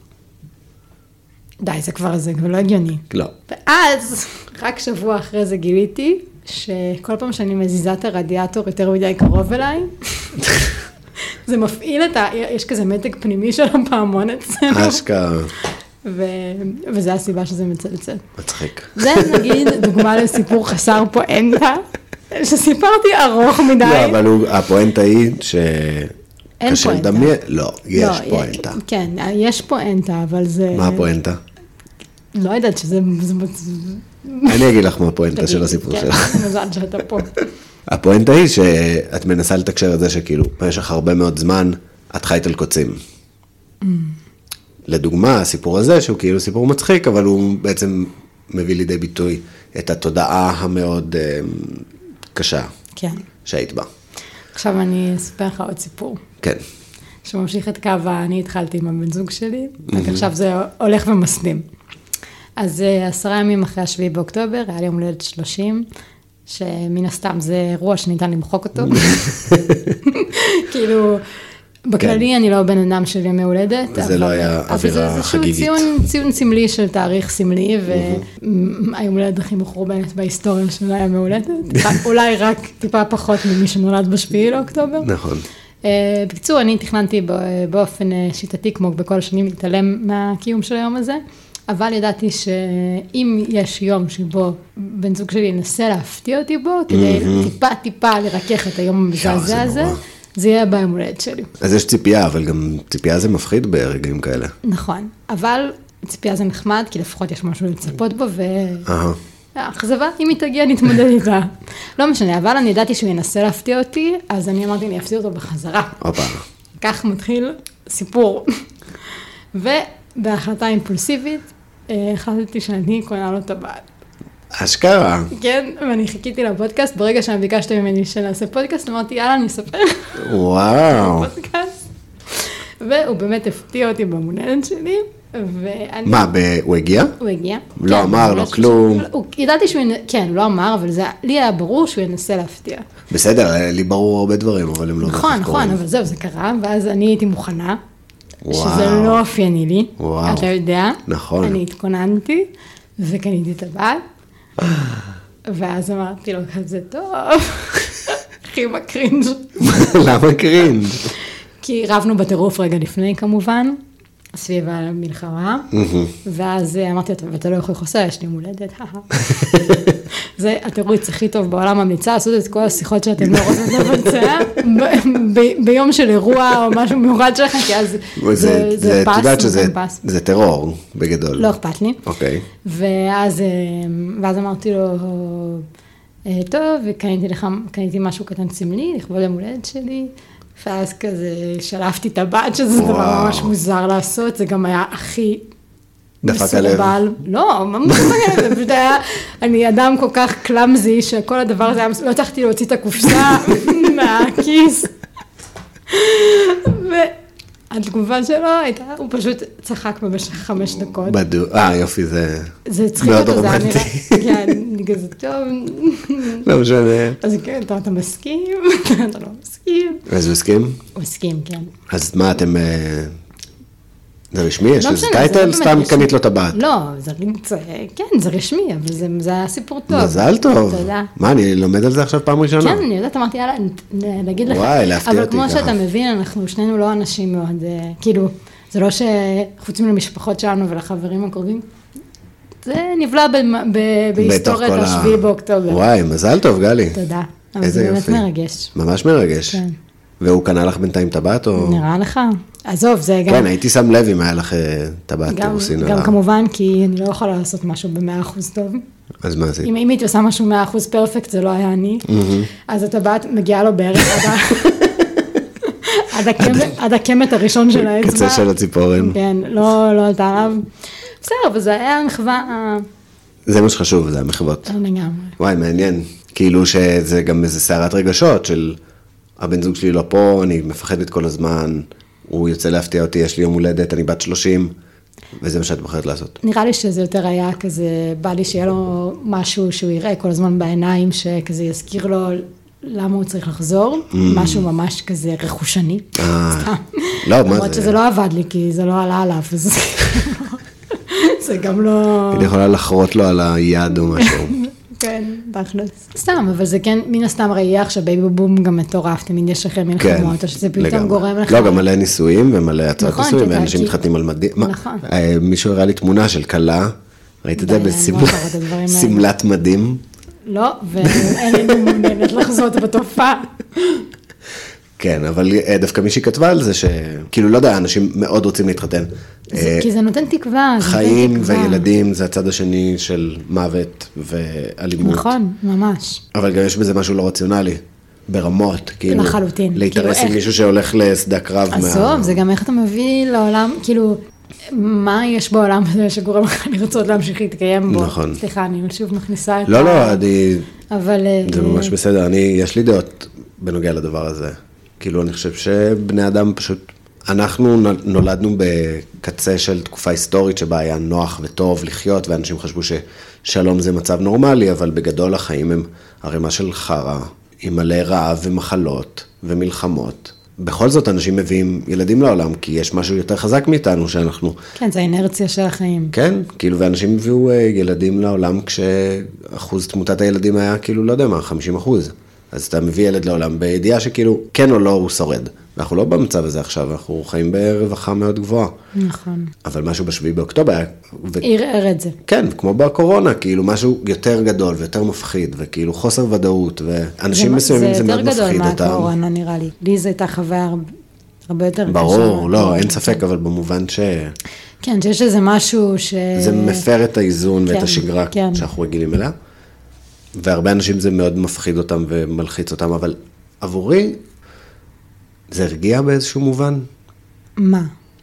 די, זה כבר, זה כבר לא הגיוני. לא. ואז, רק שבוע אחרי זה גיליתי, שכל פעם שאני מזיזה את הרדיאטור יותר מדי קרוב אליי, זה מפעיל את ה... יש כזה מתג פנימי של הפעמון אצלנו. אשכרה. ו... וזה הסיבה שזה מצלצל. מצחיק. זה נגיד דוגמה לסיפור חסר פואנטה, שסיפרתי ארוך מדי. לא, אבל הפואנטה היא ש... אין קשה פואנטה. לדמיין, לא, יש לא, פואנטה. כן, יש פואנטה, אבל זה... מה הפואנטה? לא יודעת שזה... אני אגיד לך מה הפואנטה של הסיפור כן, שלך. מזל שאתה פה. הפואנטה היא שאת מנסה לתקשר את זה שכאילו, במשך הרבה מאוד זמן, את חיית על קוצים. לדוגמה, הסיפור הזה, שהוא כאילו סיפור מצחיק, אבל הוא בעצם מביא לידי ביטוי את התודעה המאוד קשה כן. שהיית בה. עכשיו אני אספר לך עוד סיפור. כן. שממשיך את קו, אני התחלתי עם הבן זוג שלי, רק עכשיו זה הולך ומסדים. אז עשרה ימים אחרי השביעי באוקטובר, היה לי יום הולדת שלושים, שמן הסתם זה אירוע שניתן למחוק אותו. כאילו, בכללי אני לא בן אדם של ימי הולדת. זה לא היה אווירה חגיגית. אבל זה ציון סמלי של תאריך סמלי, והיום הולדת הכי מחורבנת בהיסטוריה של הימי הולדת. אולי רק טיפה פחות ממי שנולד בשביעי לאוקטובר. נכון. בקיצור, אני תכננתי באופן שיטתי, כמו בכל השנים, להתעלם מהקיום של היום הזה. אבל ידעתי שאם יש יום שבו בן זוג שלי ינסה להפתיע אותי בו, כדי טיפה טיפה לרכך את היום המזעזע הזה, זה יהיה ביום הולדת שלי. אז יש ציפייה, אבל גם ציפייה זה מפחיד ברגעים כאלה. נכון, אבל ציפייה זה נחמד, כי לפחות יש משהו לצפות בו, והאכזבה, אם היא תגיע, נתמודד איתה. לא משנה, אבל אני ידעתי שהוא ינסה להפתיע אותי, אז אני אמרתי, אני אפתיע אותו בחזרה. אופה. כך מתחיל סיפור. ובהחלטה אימפולסיבית, החלטתי שאני קונה לו טבעת. אשכרה. כן, ואני חיכיתי לפודקאסט, ברגע שאני ביקשתי ממני שנעשה פודקאסט, אמרתי, יאללה, אני אספר. וואו. פודקאסט. והוא באמת הפתיע אותי במולדת שלי, ואני... מה, הוא הגיע? הוא הגיע. לא אמר לו כלום. ידעתי שהוא, כן, הוא לא אמר, אבל לי היה ברור שהוא ינסה להפתיע. בסדר, לי ברור הרבה דברים, אבל הם לא נכון, נכון, אבל זהו, זה קרה, ואז אני הייתי מוכנה. שזה לא אופייני לי, אתה יודע, נכון. אני התכוננתי, וקניתי טבעת, ואז אמרתי לו, זה טוב, הכי מקרינג'. למה קרינג'? כי רבנו בטירוף רגע לפני כמובן, סביב המלחמה, ואז אמרתי, ואתה לא יכול לחוסר, יש לי מולדת, זה התירוץ הכי טוב בעולם, ממליצה לעשות את כל השיחות שאתם לא רוצים לבצע, ביום של אירוע או משהו מיוחד שלכם, כי אז זה פס, את יודעת שזה טרור בגדול. לא אכפת לי. אוקיי. ואז אמרתי לו, טוב, וקניתי משהו קטן סמלי, לכבוד המולדת שלי, ואז כזה שלפתי את הבת, שזה דבר ממש מוזר לעשות, זה גם היה הכי דפק הלב. לא, מה מוזר, זה פשוט היה, אני אדם כל כך קלאמזי, שכל הדבר הזה, לא הצלחתי להוציא את הקופסה מהכיס. והתגובה שלו הייתה, הוא פשוט צחק במשך חמש דקות. בדיוק, אה יופי, זה מאוד רומנטי. כן, אני כזה טוב. לא משנה. אז כן, אתה מסכים, אתה לא מסכים. אז הוא הסכים? הוא הסכים, כן. אז מה אתם, זה רשמי? יש איזה טייטל? סתם קנית לו טבעת. לא, כן, זה רשמי, אבל זה היה סיפור טוב. מזל טוב. תודה. מה, אני לומד על זה עכשיו פעם ראשונה? כן, אני יודעת, אמרתי, יאללה, נגיד לך. וואי, להפתיע אותי אבל כמו שאתה מבין, אנחנו שנינו לא אנשים מאוד, כאילו, זה לא שחוץ למשפחות שלנו ולחברים הקרובים, זה נבלע בהיסטוריית השביעי באוקטובר. וואי, מזל טוב, גלי. תודה. אבל זה באמת מרגש. ממש מרגש. כן. והוא קנה לך בינתיים טבעת או... נראה לך. עזוב, זה גם... כן, הייתי שם לב אם היה לך טבעת אירוסין. גם כמובן, כי אני לא יכולה לעשות משהו ב-מאה אחוז טוב. אז מה זה? אם הייתי עושה משהו מאה אחוז פרפקט, זה לא היה אני. אז הטבעת מגיעה לו בערך עד הקמת הראשון של האצבע. קצה של הציפורן. כן, לא עלתה עליו. בסדר, אבל זה היה מחווה... זה מה שחשוב, זה המחוות. לגמרי. וואי, מעניין. כאילו שזה גם איזה סערת רגשות של הבן זוג שלי לא פה, אני מפחדת כל הזמן, הוא יוצא להפתיע אותי, יש לי יום הולדת, אני בת שלושים, וזה מה שאת בוחרת לעשות. נראה לי שזה יותר היה כזה, בא לי שיהיה לו משהו שהוא יראה כל הזמן בעיניים, שכזה יזכיר לו למה הוא צריך לחזור, משהו ממש כזה רכושני. סתם. לא, מה זה? למרות שזה לא עבד לי, כי זה לא עלה עליו, אז זה גם לא... אני יכולה לחרות לו על היד או משהו. כן, תכלס. סתם, אבל זה כן, מן הסתם ראייה שבייבי בום גם מטורף, תמיד יש לכם מלחמות, או שזה פתאום גורם לך... לא, גם מלא נישואים ומלא הצעות נישואים, ואנשים מתחתנים על מדים. נכון. מישהו הראה לי תמונה של כלה, ראית את זה בסמלת מדים? לא, ואין לי מעוניינת לחזות בתופעה. כן, אבל דווקא מישהי כתבה על זה שכאילו, לא יודע, אנשים מאוד רוצים להתחתן. כי זה נותן תקווה. חיים וילדים זה הצד השני של מוות ואלימות. נכון, ממש. אבל גם יש בזה משהו לא רציונלי, ברמות, כאילו. לחלוטין. להתארס עם מישהו שהולך לשדה קרב. עזוב, זה גם איך אתה מביא לעולם, כאילו, מה יש בעולם הזה שגורם לך לרצות להמשיך להתקיים בו. נכון. סליחה, אני שוב מכניסה את... לא, לא, אני... אבל... זה ממש בסדר, אני, יש לי דעות בנוגע לדבר הזה. כאילו, אני חושב שבני אדם פשוט, אנחנו נולדנו בקצה של תקופה היסטורית שבה היה נוח וטוב לחיות, ואנשים חשבו ששלום זה מצב נורמלי, אבל בגדול החיים הם ערימה של חרה, עם מלא רעב ומחלות ומלחמות. בכל זאת אנשים מביאים ילדים לעולם, כי יש משהו יותר חזק מאיתנו שאנחנו... כן, זה האינרציה של החיים. כן, כאילו, ואנשים הביאו ילדים לעולם כשאחוז תמותת הילדים היה כאילו, לא יודע מה, חמישים אחוז. אז אתה מביא ילד לעולם בידיעה שכאילו, כן או לא, הוא שורד. ואנחנו לא במצב הזה עכשיו, אנחנו חיים ברווחה מאוד גבוהה. נכון. אבל משהו בשביעי באוקטובר היה... ו... ערער את זה. כן, כמו בקורונה, כאילו משהו יותר גדול ויותר מפחיד, וכאילו חוסר ודאות, ואנשים מסוימים זה מאוד מפחיד אותם. זה יותר גדול מהקורונה, נראה לי. לי זה הייתה חוויה הרבה יותר קשה. ברור, לא, אין ספק, אבל במובן ש... כן, שיש איזה משהו ש... זה מפר את האיזון ואת השגרה שאנחנו רגילים אליה. והרבה אנשים זה מאוד מפחיד אותם ומלחיץ אותם, אבל עבורי זה הרגיע באיזשהו מובן. מה?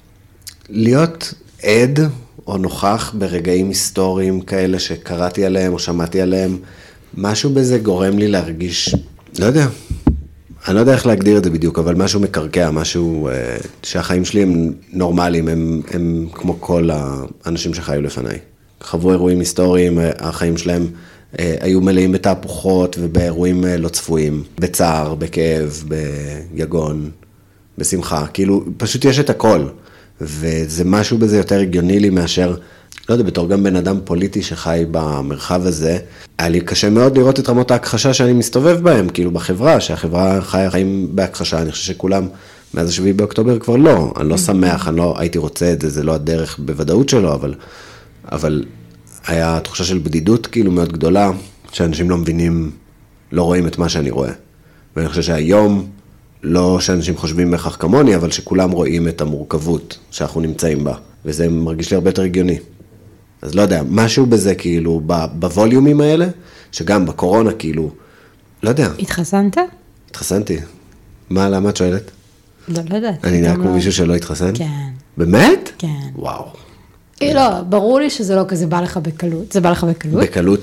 להיות עד או נוכח ברגעים היסטוריים כאלה שקראתי עליהם או שמעתי עליהם, משהו בזה גורם לי להרגיש, לא יודע, אני לא יודע איך להגדיר את זה בדיוק, אבל משהו מקרקע, משהו שהחיים שלי הם נורמליים, הם, הם כמו כל האנשים שחיו לפניי. חוו אירועים היסטוריים, החיים שלהם היו מלאים בתהפוכות ובאירועים לא צפויים, בצער, בכאב, ביגון, בשמחה, כאילו פשוט יש את הכל, וזה משהו בזה יותר הגיוני לי מאשר, לא יודע, בתור גם בן אדם פוליטי שחי במרחב הזה, היה לי קשה מאוד לראות את רמות ההכחשה שאני מסתובב בהם, כאילו בחברה, שהחברה חיה חיים בהכחשה, אני חושב שכולם מאז השביעי באוקטובר כבר לא, אני לא שמח, אני לא הייתי רוצה את זה, זה לא הדרך בוודאות שלו, אבל, אבל היה תחושה של בדידות כאילו מאוד גדולה, שאנשים לא מבינים, לא רואים את מה שאני רואה. ואני חושב שהיום, לא שאנשים חושבים בכך כמוני, אבל שכולם רואים את המורכבות שאנחנו נמצאים בה, וזה מרגיש לי הרבה יותר הגיוני. אז לא יודע, משהו בזה כאילו, בווליומים האלה, שגם בקורונה כאילו, לא יודע. התחסנת? התחסנתי. מה, למה את שואלת? לא, לא יודעת. אני נראה כמו מישהו שלא התחסן? כן. באמת? כן. וואו. לא, ברור לי שזה לא כזה בא לך בקלות. זה בא לך בקלות? בקלות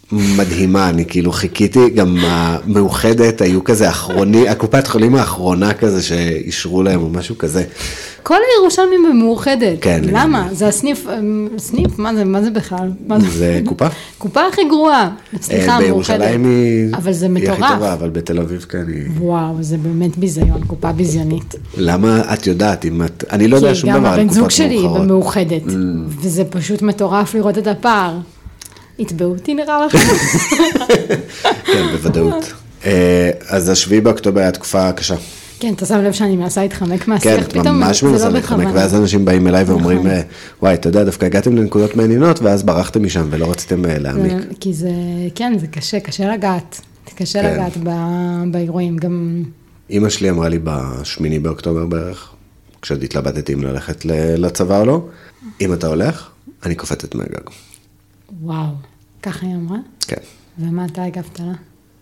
מדהימה, אני כאילו חיכיתי, גם המאוחדת, היו כזה אחרוני, הקופת חולים האחרונה כזה שאישרו להם או משהו כזה. כל הירושלמים במאוחדת. כן. למה? זה הסניף, סניף, מה זה, מה זה בכלל? זה קופה? קופה הכי גרועה. סליחה, מאוחדת. בירושלים היא... אבל זה היא מטורף. הכי טובה, אבל בתל אביב כן היא... וואו, זה באמת ביזיון, קופה ביזיונית. למה את יודעת, אם את... אני לא יודע שום דבר על קופת מאוחרות. כי גם הבן זוג שלי במאוחדת, וזה פשוט מטורף לראות את הפער. התבעו אותי נראה לכם? כן, בוודאות. אז השביעי באוקטובר היה תקופה קשה. כן, אתה שם לב שאני מנסה להתחמק מהשיח, פתאום זה לא בכוונה. כן, את ממש מנסה להתחמק, ואז אנשים באים אליי ואומרים, וואי, אתה יודע, דווקא הגעתם לנקודות מעניינות, ואז ברחתם משם ולא רציתם להעמיק. כי זה, כן, זה קשה, קשה לגעת. קשה לגעת באירועים, גם... אמא שלי אמרה לי בשמיני באוקטובר בערך, כשעוד התלבטתי אם ללכת לצבא או לא, אם אתה הולך, אני קופצת מהגג. וואו, ככה היא אמרה? כן. ומה אתה הגבת לה?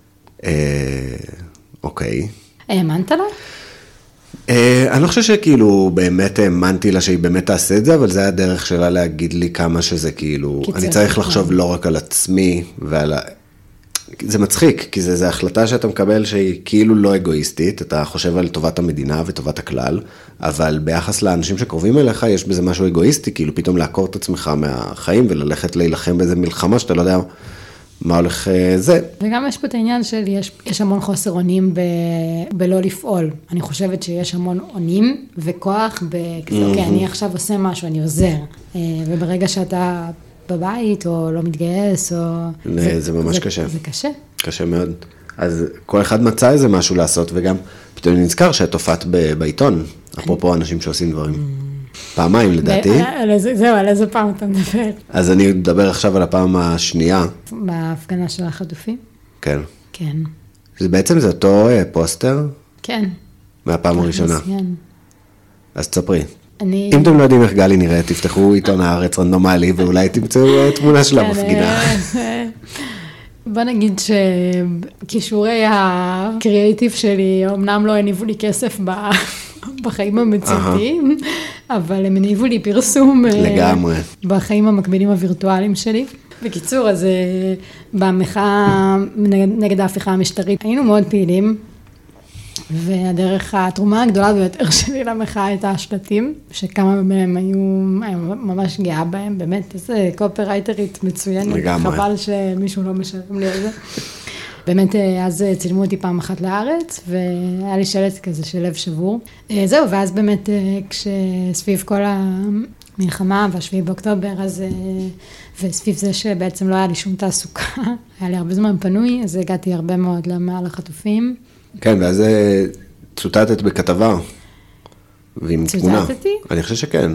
אוקיי. האמנת לה? אני לא חושב שכאילו באמת האמנתי לה שהיא באמת תעשה את זה, אבל זה היה הדרך שלה להגיד לי כמה שזה כאילו, אני צריך לחשוב לא רק על עצמי ועל ה... זה מצחיק, כי זה, זה החלטה שאתה מקבל שהיא כאילו לא אגואיסטית, אתה חושב על טובת המדינה וטובת הכלל, אבל ביחס לאנשים שקרובים אליך, יש בזה משהו אגואיסטי, כאילו פתאום לעקור את עצמך מהחיים, וללכת להילחם באיזה מלחמה, שאתה לא יודע מה הולך זה. וגם יש פה את העניין של, יש, יש המון חוסר אונים ב, בלא לפעול. אני חושבת שיש המון אונים וכוח בכזה, אוקיי, אני עכשיו עושה משהו, אני עוזר. וברגע שאתה... בבית, או לא מתגייס, או... זה, זה ממש זה, קשה. זה קשה. קשה מאוד. אז כל אחד מצא איזה משהו לעשות, וגם פתאום נזכר שאת הופעת בעיתון, אפרופו אנשים שעושים דברים. פעמיים לדעתי. זהו, על איזה פעם אתה מדבר? אז אני מדבר עכשיו על הפעם השנייה. בהפגנה של החטופים? כן. כן. זה בעצם זה אותו פוסטר? כן. מהפעם הראשונה. אז תספרי. אני... אם אתם לא יודעים איך גלי נראה, תפתחו עיתון הארץ רנדומלי, ואולי תמצאו תמונה שלה מפגינה. בוא נגיד שכישורי הקריאיטיב שלי, אמנם לא הניבו לי כסף בחיים המציאותיים, אבל הם הניבו לי פרסום לגמרי. בחיים המקבילים הווירטואליים שלי. בקיצור, אז במחאה נגד ההפיכה המשטרית, היינו מאוד פעילים, והדרך, התרומה הגדולה ביותר שלי למחאה הייתה השלטים, שכמה מהם היו, היו ממש גאה בהם, באמת, איזה קופרייטרית מצוינת, חבל שמישהו לא משלם לי על זה. באמת, אז צילמו אותי פעם אחת לארץ, והיה לי שלט כזה של לב שבור. זהו, ואז באמת, כשסביב כל המלחמה, והשביעי באוקטובר, אז, וסביב זה שבעצם לא היה לי שום תעסוקה, היה לי הרבה זמן פנוי, אז הגעתי הרבה מאוד למעל החטופים. כן, ואז צוטטת בכתבה, ועם תמונה. צוטטתי? אני חושב שכן.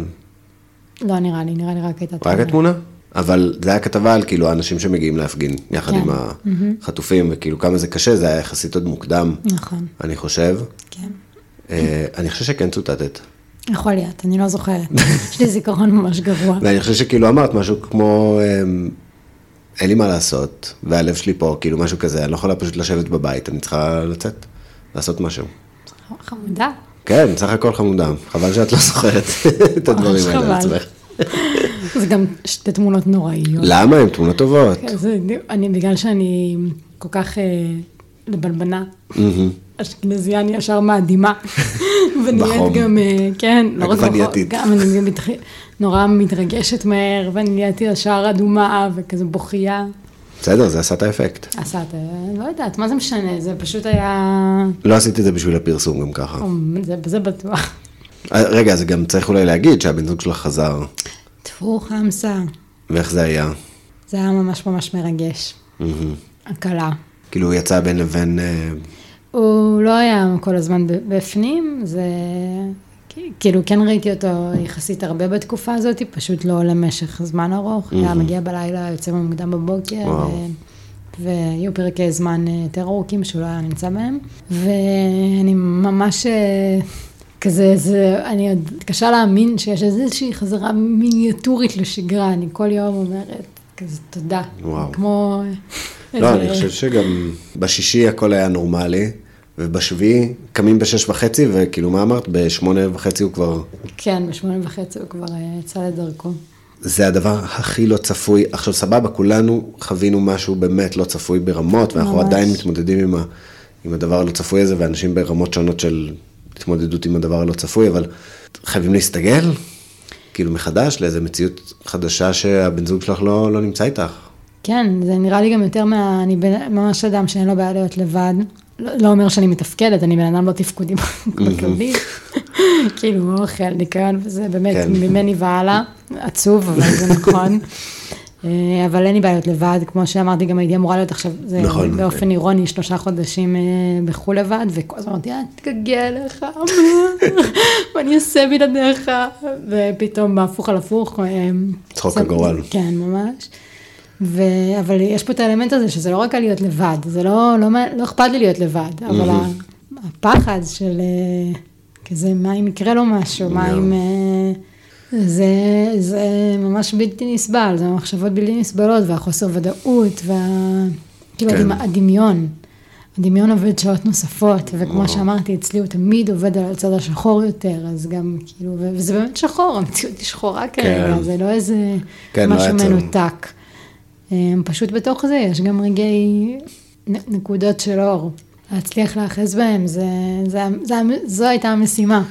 לא נראה לי, נראה לי רק הייתה תמונה. רק התמונה? אבל זה היה כתבה על כאילו האנשים שמגיעים להפגין, יחד עם החטופים, וכאילו כמה זה קשה, זה היה יחסית עוד מוקדם. נכון. אני חושב. כן. אני חושב שכן צוטטת. יכול להיות, אני לא זוכרת. יש לי זיכרון ממש גרוע. ואני חושב שכאילו אמרת משהו כמו... אין לי מה לעשות, והלב שלי פה, כאילו משהו כזה, אני לא יכולה פשוט לשבת בבית, אני צריכה לצאת, לעשות משהו. חמודה. כן, סך הכל חמודה, חבל שאת לא זוכרת את הדברים האלה לעצמך. זה גם שתי תמונות נוראיות. למה? הן תמונות טובות. אני, בגלל שאני כל כך לבלבנה, אשכנזייה אני ישר מאדימה, ונהיית גם, כן, לא רק גם, אני גם נורא מתרגשת מהר, ואני נהייתי ישר אדומה וכזה בוכייה. בסדר, זה עשה את האפקט. עשה את, לא יודעת, מה זה משנה, זה פשוט היה... לא עשיתי את זה בשביל הפרסום גם ככה. זה, זה בטוח. רגע, זה גם צריך אולי להגיד שהבן זוג שלך חזר. תפור חמסה. ואיך זה היה? זה היה ממש ממש מרגש. הקלה. כאילו הוא יצא בין לבין... הוא לא היה כל הזמן בפנים, זה... כאילו כן ראיתי אותו יחסית הרבה בתקופה הזאת, פשוט לא למשך זמן ארוך, היה מגיע בלילה, יוצא מוקדם בבוקר, והיו פרקי זמן יותר ארוכים שהוא לא היה נמצא בהם, ואני ממש כזה, אני עוד קשה להאמין שיש איזושהי חזרה מיניאטורית לשגרה, אני כל יום אומרת, כזה תודה. כמו... לא, אני חושב שגם בשישי הכל היה נורמלי, ובשביעי קמים בשש וחצי, וכאילו מה אמרת? בשמונה וחצי הוא כבר... כן, בשמונה וחצי הוא כבר יצא לדרכו. זה הדבר הכי לא צפוי. עכשיו סבבה, כולנו חווינו משהו באמת לא צפוי ברמות, ואנחנו ממש. עדיין מתמודדים עם, ה, עם הדבר הלא צפוי הזה, ואנשים ברמות שונות של התמודדות עם הדבר הלא צפוי, אבל חייבים להסתגל, כאילו מחדש, לאיזו מציאות חדשה שהבן זוג שלך לא, לא נמצא איתך. כן, זה נראה לי גם יותר מה... אני ממש אדם שאין לו בעיה להיות לבד. לא, לא אומר שאני מתפקדת, אני בן אדם לא תפקודים בכללי. כאילו, אוכל, ניקיון, וזה באמת כן. ממני והלאה, עצוב, אבל זה נכון. אבל אין לי בעיות לבד, כמו שאמרתי, גם הייתי אמורה להיות עכשיו, זה נכון, באופן כן. אירוני, שלושה חודשים בחול לבד, וכל הזמן אמרתי, אני תגגע אליך, ואני אעשה בלעדיך, ופתאום בהפוך על הפוך. צחוק הגורל. כן, ממש. ו... אבל יש פה את האלמנט הזה, שזה לא רק על להיות לבד, זה לא, לא, לא אכפת לי להיות לבד, אבל הפחד של כזה, מה אם יקרה לו משהו, מה אם... זה, זה ממש בלתי נסבל, זה מחשבות בלתי נסבלות, והחוסר ודאות, וה... כאילו, כן. הדמיון, הדמיון עובד שעות נוספות, וכמו שאמרתי, אצלי הוא תמיד עובד על הצד השחור יותר, אז גם, כאילו, וזה באמת שחור, המציאות היא שחורה כרגע, כן. זה לא איזה כן, משהו לא מנותק. פשוט בתוך זה יש גם רגעי נקודות של אור. להצליח להאחז בהם, זה, זה, זה, זו הייתה המשימה.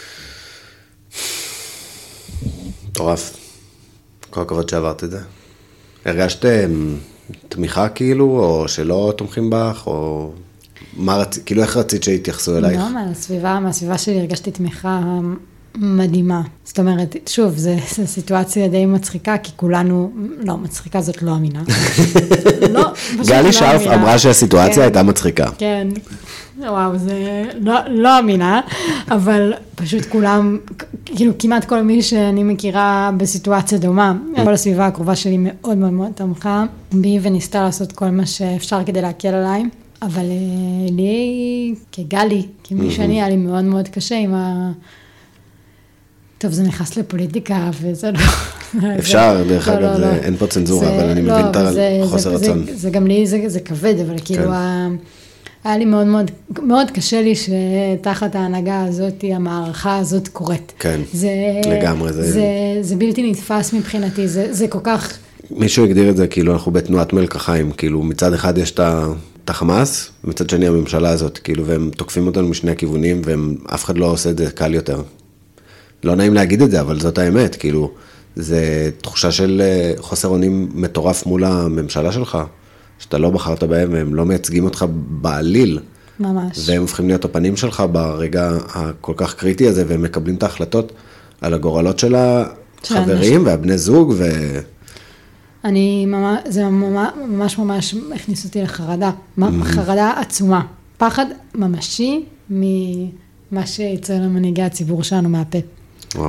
טורף. כל הכבוד שעברת את זה. הרגשת תמיכה כאילו, או שלא תומכים בך, או מה רצית, כאילו איך רצית שהתייחסו אלייך? לא, מהסביבה, מהסביבה שלי הרגשתי תמיכה מדהימה. זאת אומרת, שוב, זו סיטואציה די מצחיקה, כי כולנו, לא, מצחיקה זאת לא אמינה. גלי שרף אמרה שהסיטואציה הייתה מצחיקה. כן, וואו, זה לא אמינה, אבל פשוט כולם, כאילו כמעט כל מי שאני מכירה בסיטואציה דומה, כל הסביבה הקרובה שלי מאוד מאוד מאוד תמכה בי, וניסתה לעשות כל מה שאפשר כדי להקל עליי, אבל לי, כגלי, כמי שאני, היה לי מאוד מאוד קשה עם ה... טוב, זה נכנס לפוליטיקה, וזה לא... אפשר, דרך אגב, אין פה צנזורה, אבל אני מבין את החוסר רצון. זה גם לי, זה כבד, אבל כאילו, היה לי מאוד מאוד, מאוד קשה לי שתחת ההנהגה הזאת, המערכה הזאת קורית. כן, לגמרי. זה בלתי נתפס מבחינתי, זה כל כך... מישהו הגדיר את זה, כאילו, אנחנו בתנועת מלקחיים, כאילו, מצד אחד יש את החמאס, ומצד שני הממשלה הזאת, כאילו, והם תוקפים אותנו משני הכיוונים, ואף אחד לא עושה את זה קל יותר. לא נעים להגיד את זה, אבל זאת האמת, כאילו, זה תחושה של חוסר אונים מטורף מול הממשלה שלך, שאתה לא בחרת בהם, והם לא מייצגים אותך בעליל. ממש. והם הופכים להיות הפנים שלך ברגע הכל כך קריטי הזה, והם מקבלים את ההחלטות על הגורלות של החברים והבני זוג, ו... אני ממש, זה ממש ממש הכניס אותי לחרדה, חרדה עצומה, פחד ממשי ממה שיצא למנהיגי הציבור שלנו מהפה. וואו.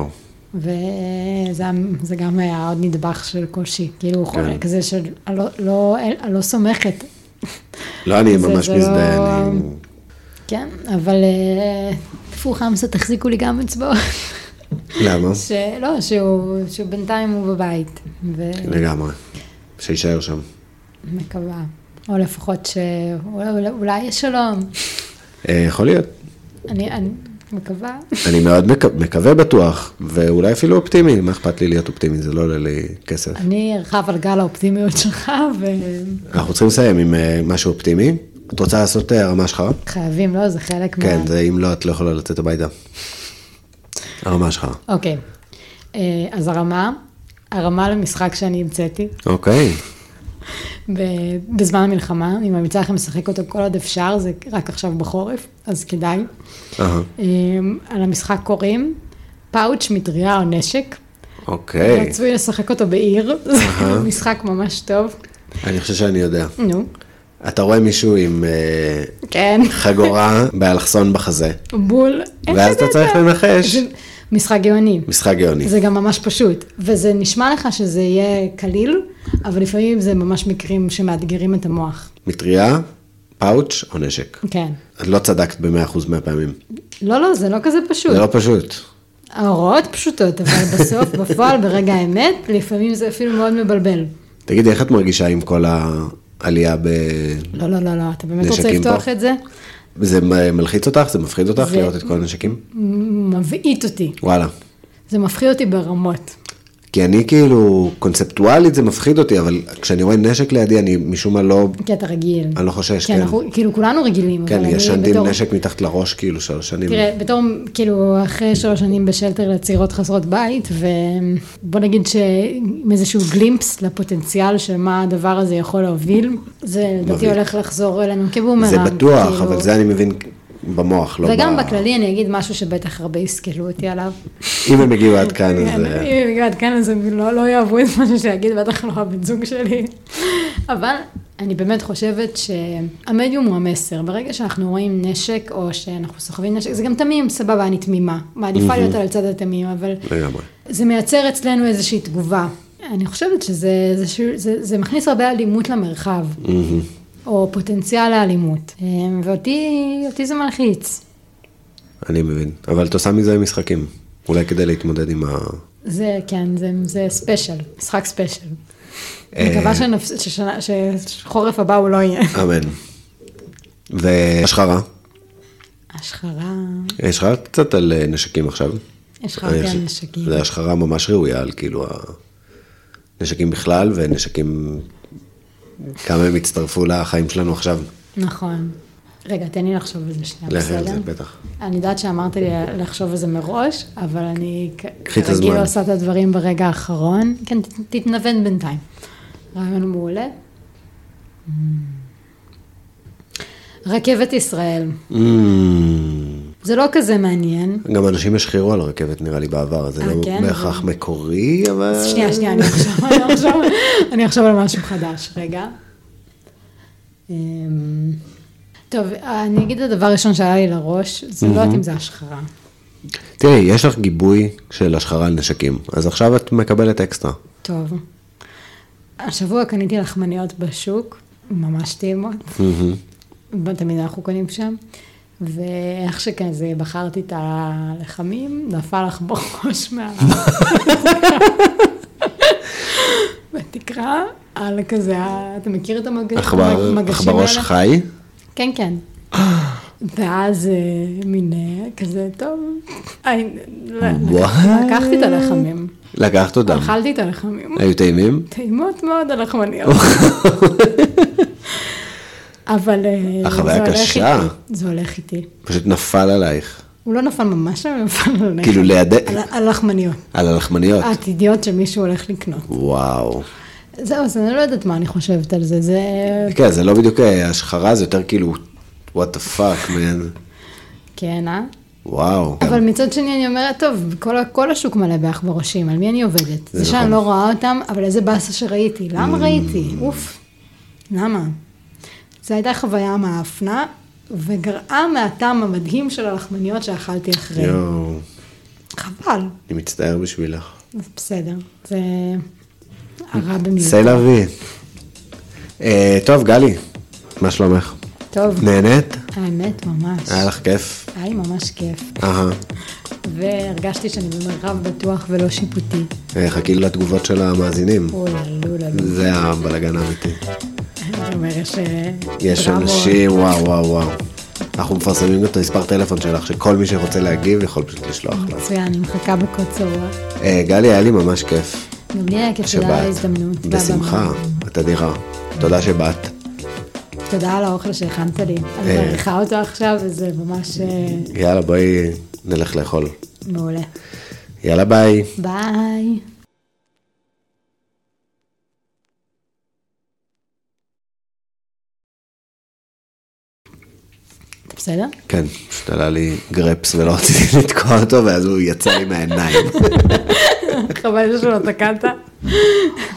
וזה גם היה עוד נדבך של קושי, כאילו כן. כזה של, לא, לא, לא סומכת. לא, אני ממש מזדהה. אני... כן, אבל תפו חמסה, תחזיקו לי גם אצבעות. למה? לא, שהוא, שהוא בינתיים הוא בבית. ו... לגמרי, שישאר שם. מקווה, או לפחות שאולי אולי יש שלום. יכול להיות. אני... אני... מקווה. אני מאוד מקווה בטוח, ואולי אפילו אופטימי, מה אכפת לי להיות אופטימי, זה לא עולה לי כסף. אני ארחב על גל האופטימיות שלך, ו... אנחנו צריכים לסיים עם משהו אופטימי. את רוצה לעשות הרמה שלך? חייבים, לא? זה חלק מה... כן, זה אם לא, את לא יכולה לצאת הביתה. הרמה שלך. אוקיי. אז הרמה, הרמה למשחק שאני המצאתי. אוקיי. בזמן המלחמה, אני ממליצה לכם לשחק אותו כל עוד אפשר, זה רק עכשיו בחורף, אז כדאי. על המשחק קוראים פאוץ', מטריה או נשק. אוקיי. רצוי לשחק אותו בעיר, זה משחק ממש טוב. אני חושב שאני יודע. נו. אתה רואה מישהו עם חגורה באלכסון בחזה. בול. ואז אתה צריך לנחש. משחק גאוני. משחק גאוני. זה גם ממש פשוט, וזה נשמע לך שזה יהיה קליל, אבל לפעמים זה ממש מקרים שמאתגרים את המוח. מטריה, פאוץ' או נשק. כן. את לא צדקת ב-מאה אחוז מהפעמים. לא, לא, זה לא כזה פשוט. זה לא פשוט. ההוראות פשוטות, אבל בסוף, בפועל, ברגע האמת, לפעמים זה אפילו מאוד מבלבל. תגידי, איך את מרגישה עם כל העלייה ב... לא, לא, לא, לא, אתה באמת רוצה לפתוח את זה? זה מלחיץ אותך? זה מפחיד אותך לראות את כל הנשקים? מבעית אותי. וואלה. זה מפחיד אותי ברמות. כי אני כאילו, קונספטואלית זה מפחיד אותי, אבל כשאני רואה נשק לידי, אני משום מה לא... כי אתה רגיל. אני לא חושש, כן. אנחנו, כאילו, כולנו רגילים. כן, ישנתי עם נשק מתחת לראש, כאילו, שלוש שנים. תראה, בתור, כאילו, אחרי שלוש שנים בשלטר לצעירות חסרות בית, ובוא נגיד שעם איזשהו גלימפס לפוטנציאל של מה הדבר הזה יכול להוביל, זה לדעתי הולך לחזור אלינו כבומרנג. זה בטוח, כאילו... אבל זה אני מבין... במוח, לא וגם ב... בכללי אני אגיד משהו שבטח הרבה יסכלו אותי עליו. אם הם הגיעו עד כאן, אז... אם הם הגיעו עד כאן, אז הם לא, לא יאהבו את משהו שיגיד, בטח לא הבן זוג שלי. אבל אני באמת חושבת שהמדיום הוא המסר. ברגע שאנחנו רואים נשק, או שאנחנו סוחבים נשק, זה גם תמים, סבבה, אני תמימה. מעדיפה להיות על צד התמים, אבל... לגמרי. זה מייצר אצלנו איזושהי תגובה. אני חושבת שזה זה, זה, זה מכניס הרבה אלימות למרחב. או פוטנציאל לאלימות, ואותי אותי זה מלחיץ. אני מבין, אבל אתה עושה מזה משחקים, אולי כדי להתמודד עם ה... זה, כן, זה, זה ספיישל, משחק ספיישל. אני מקווה שחורף הבא הוא לא יהיה. אמן. והשחרה? השחרה... יש לך קצת על נשקים עכשיו? יש לך הרבה על נשקים. זה השחרה ממש ראויה, על כאילו הנשקים בכלל ונשקים... כמה הם הצטרפו לחיים שלנו עכשיו. נכון. רגע, תן לי לחשוב על זה שנייה, בסדר? זה, בטח. אני יודעת שאמרתי לי לחשוב על זה מראש, אבל אני כרגיל עושה את הדברים ברגע האחרון. כן, תתנוון בינתיים. רעיון מעולה. רכבת ישראל. זה לא כזה מעניין. גם אנשים השחירו על הרכבת, נראה לי בעבר, זה לא בהכרח מקורי, אבל... שנייה, שנייה, אני אחשוב על משהו חדש, רגע. טוב, אני אגיד את הדבר הראשון שהיה לי לראש, זה לא יודעת אם זה השחרה. תראי, יש לך גיבוי של השחרה על נשקים, אז עכשיו את מקבלת אקסטרה. טוב. השבוע קניתי לחמניות בשוק, ממש טעימות. תמיד אנחנו קונים שם. ואיך שכזה בחרתי את הלחמים, נפל לך בראש מה... בתקרה, על כזה, אתה מכיר את המגשים האלה? עכברוש חי? כן, כן. ואז מין כזה, טוב, לקחתי את הלחמים. לקחת אותם? אכלתי את הלחמים. היו טעימים? טעימות מאוד הלחמניות. אבל החוויה קשה. זה הולך איתי. פשוט נפל עלייך. הוא לא נפל ממש, הוא נפל עלייך. כאילו ליד... על הלחמניות. על הלחמניות. העתידיות שמישהו הולך לקנות. וואו. זהו, אז אני לא יודעת מה אני חושבת על זה, זה... כן, זה לא בדיוק השחרה, זה יותר כאילו, what the fuck, man. כן, אה? וואו. אבל מצד שני אני אומרת, טוב, כל השוק מלא בעכברושים, על מי אני עובדת? זה שאני לא רואה אותם, אבל איזה באסה שראיתי. למה ראיתי? אוף. למה? זו הייתה חוויה מהאפנה, וגרעה מהטעם המדהים של הלחמניות שאכלתי אחרי. יואו. חבל. אני מצטער בשבילך. בסדר, זה הרע במיוחד. סי לוי. טוב, גלי, מה שלומך? טוב. נהנית? האמת, ממש. היה לך כיף? היה לי ממש כיף. אהה. והרגשתי שאני במרחב בטוח ולא שיפוטי. חכי לתגובות של המאזינים. אולה, לולה. זה הבלגן האמיתי. זאת אומרת ש... יש אנשים, וואו, וואו, וואו. אנחנו מפרסמים את המספר טלפון שלך, שכל מי שרוצה להגיב יכול פשוט לשלוח לה. מצוין, אני מחכה בקוצר רוח. גלי, היה לי ממש כיף. גם לי היה כיף, תודה על ההזדמנות. בשמחה, את אדירה. תודה שבאת. תודה על האוכל שהכנת לי. אני מעריכה אותו עכשיו, וזה ממש... יאללה, בואי נלך לאכול. מעולה. יאללה, ביי. ביי. בסדר? כן, פשוט עלה לי גרפס ולא רציתי לתקוע אותו, ואז הוא יצא לי מהעיניים. חבל שלא תקעת.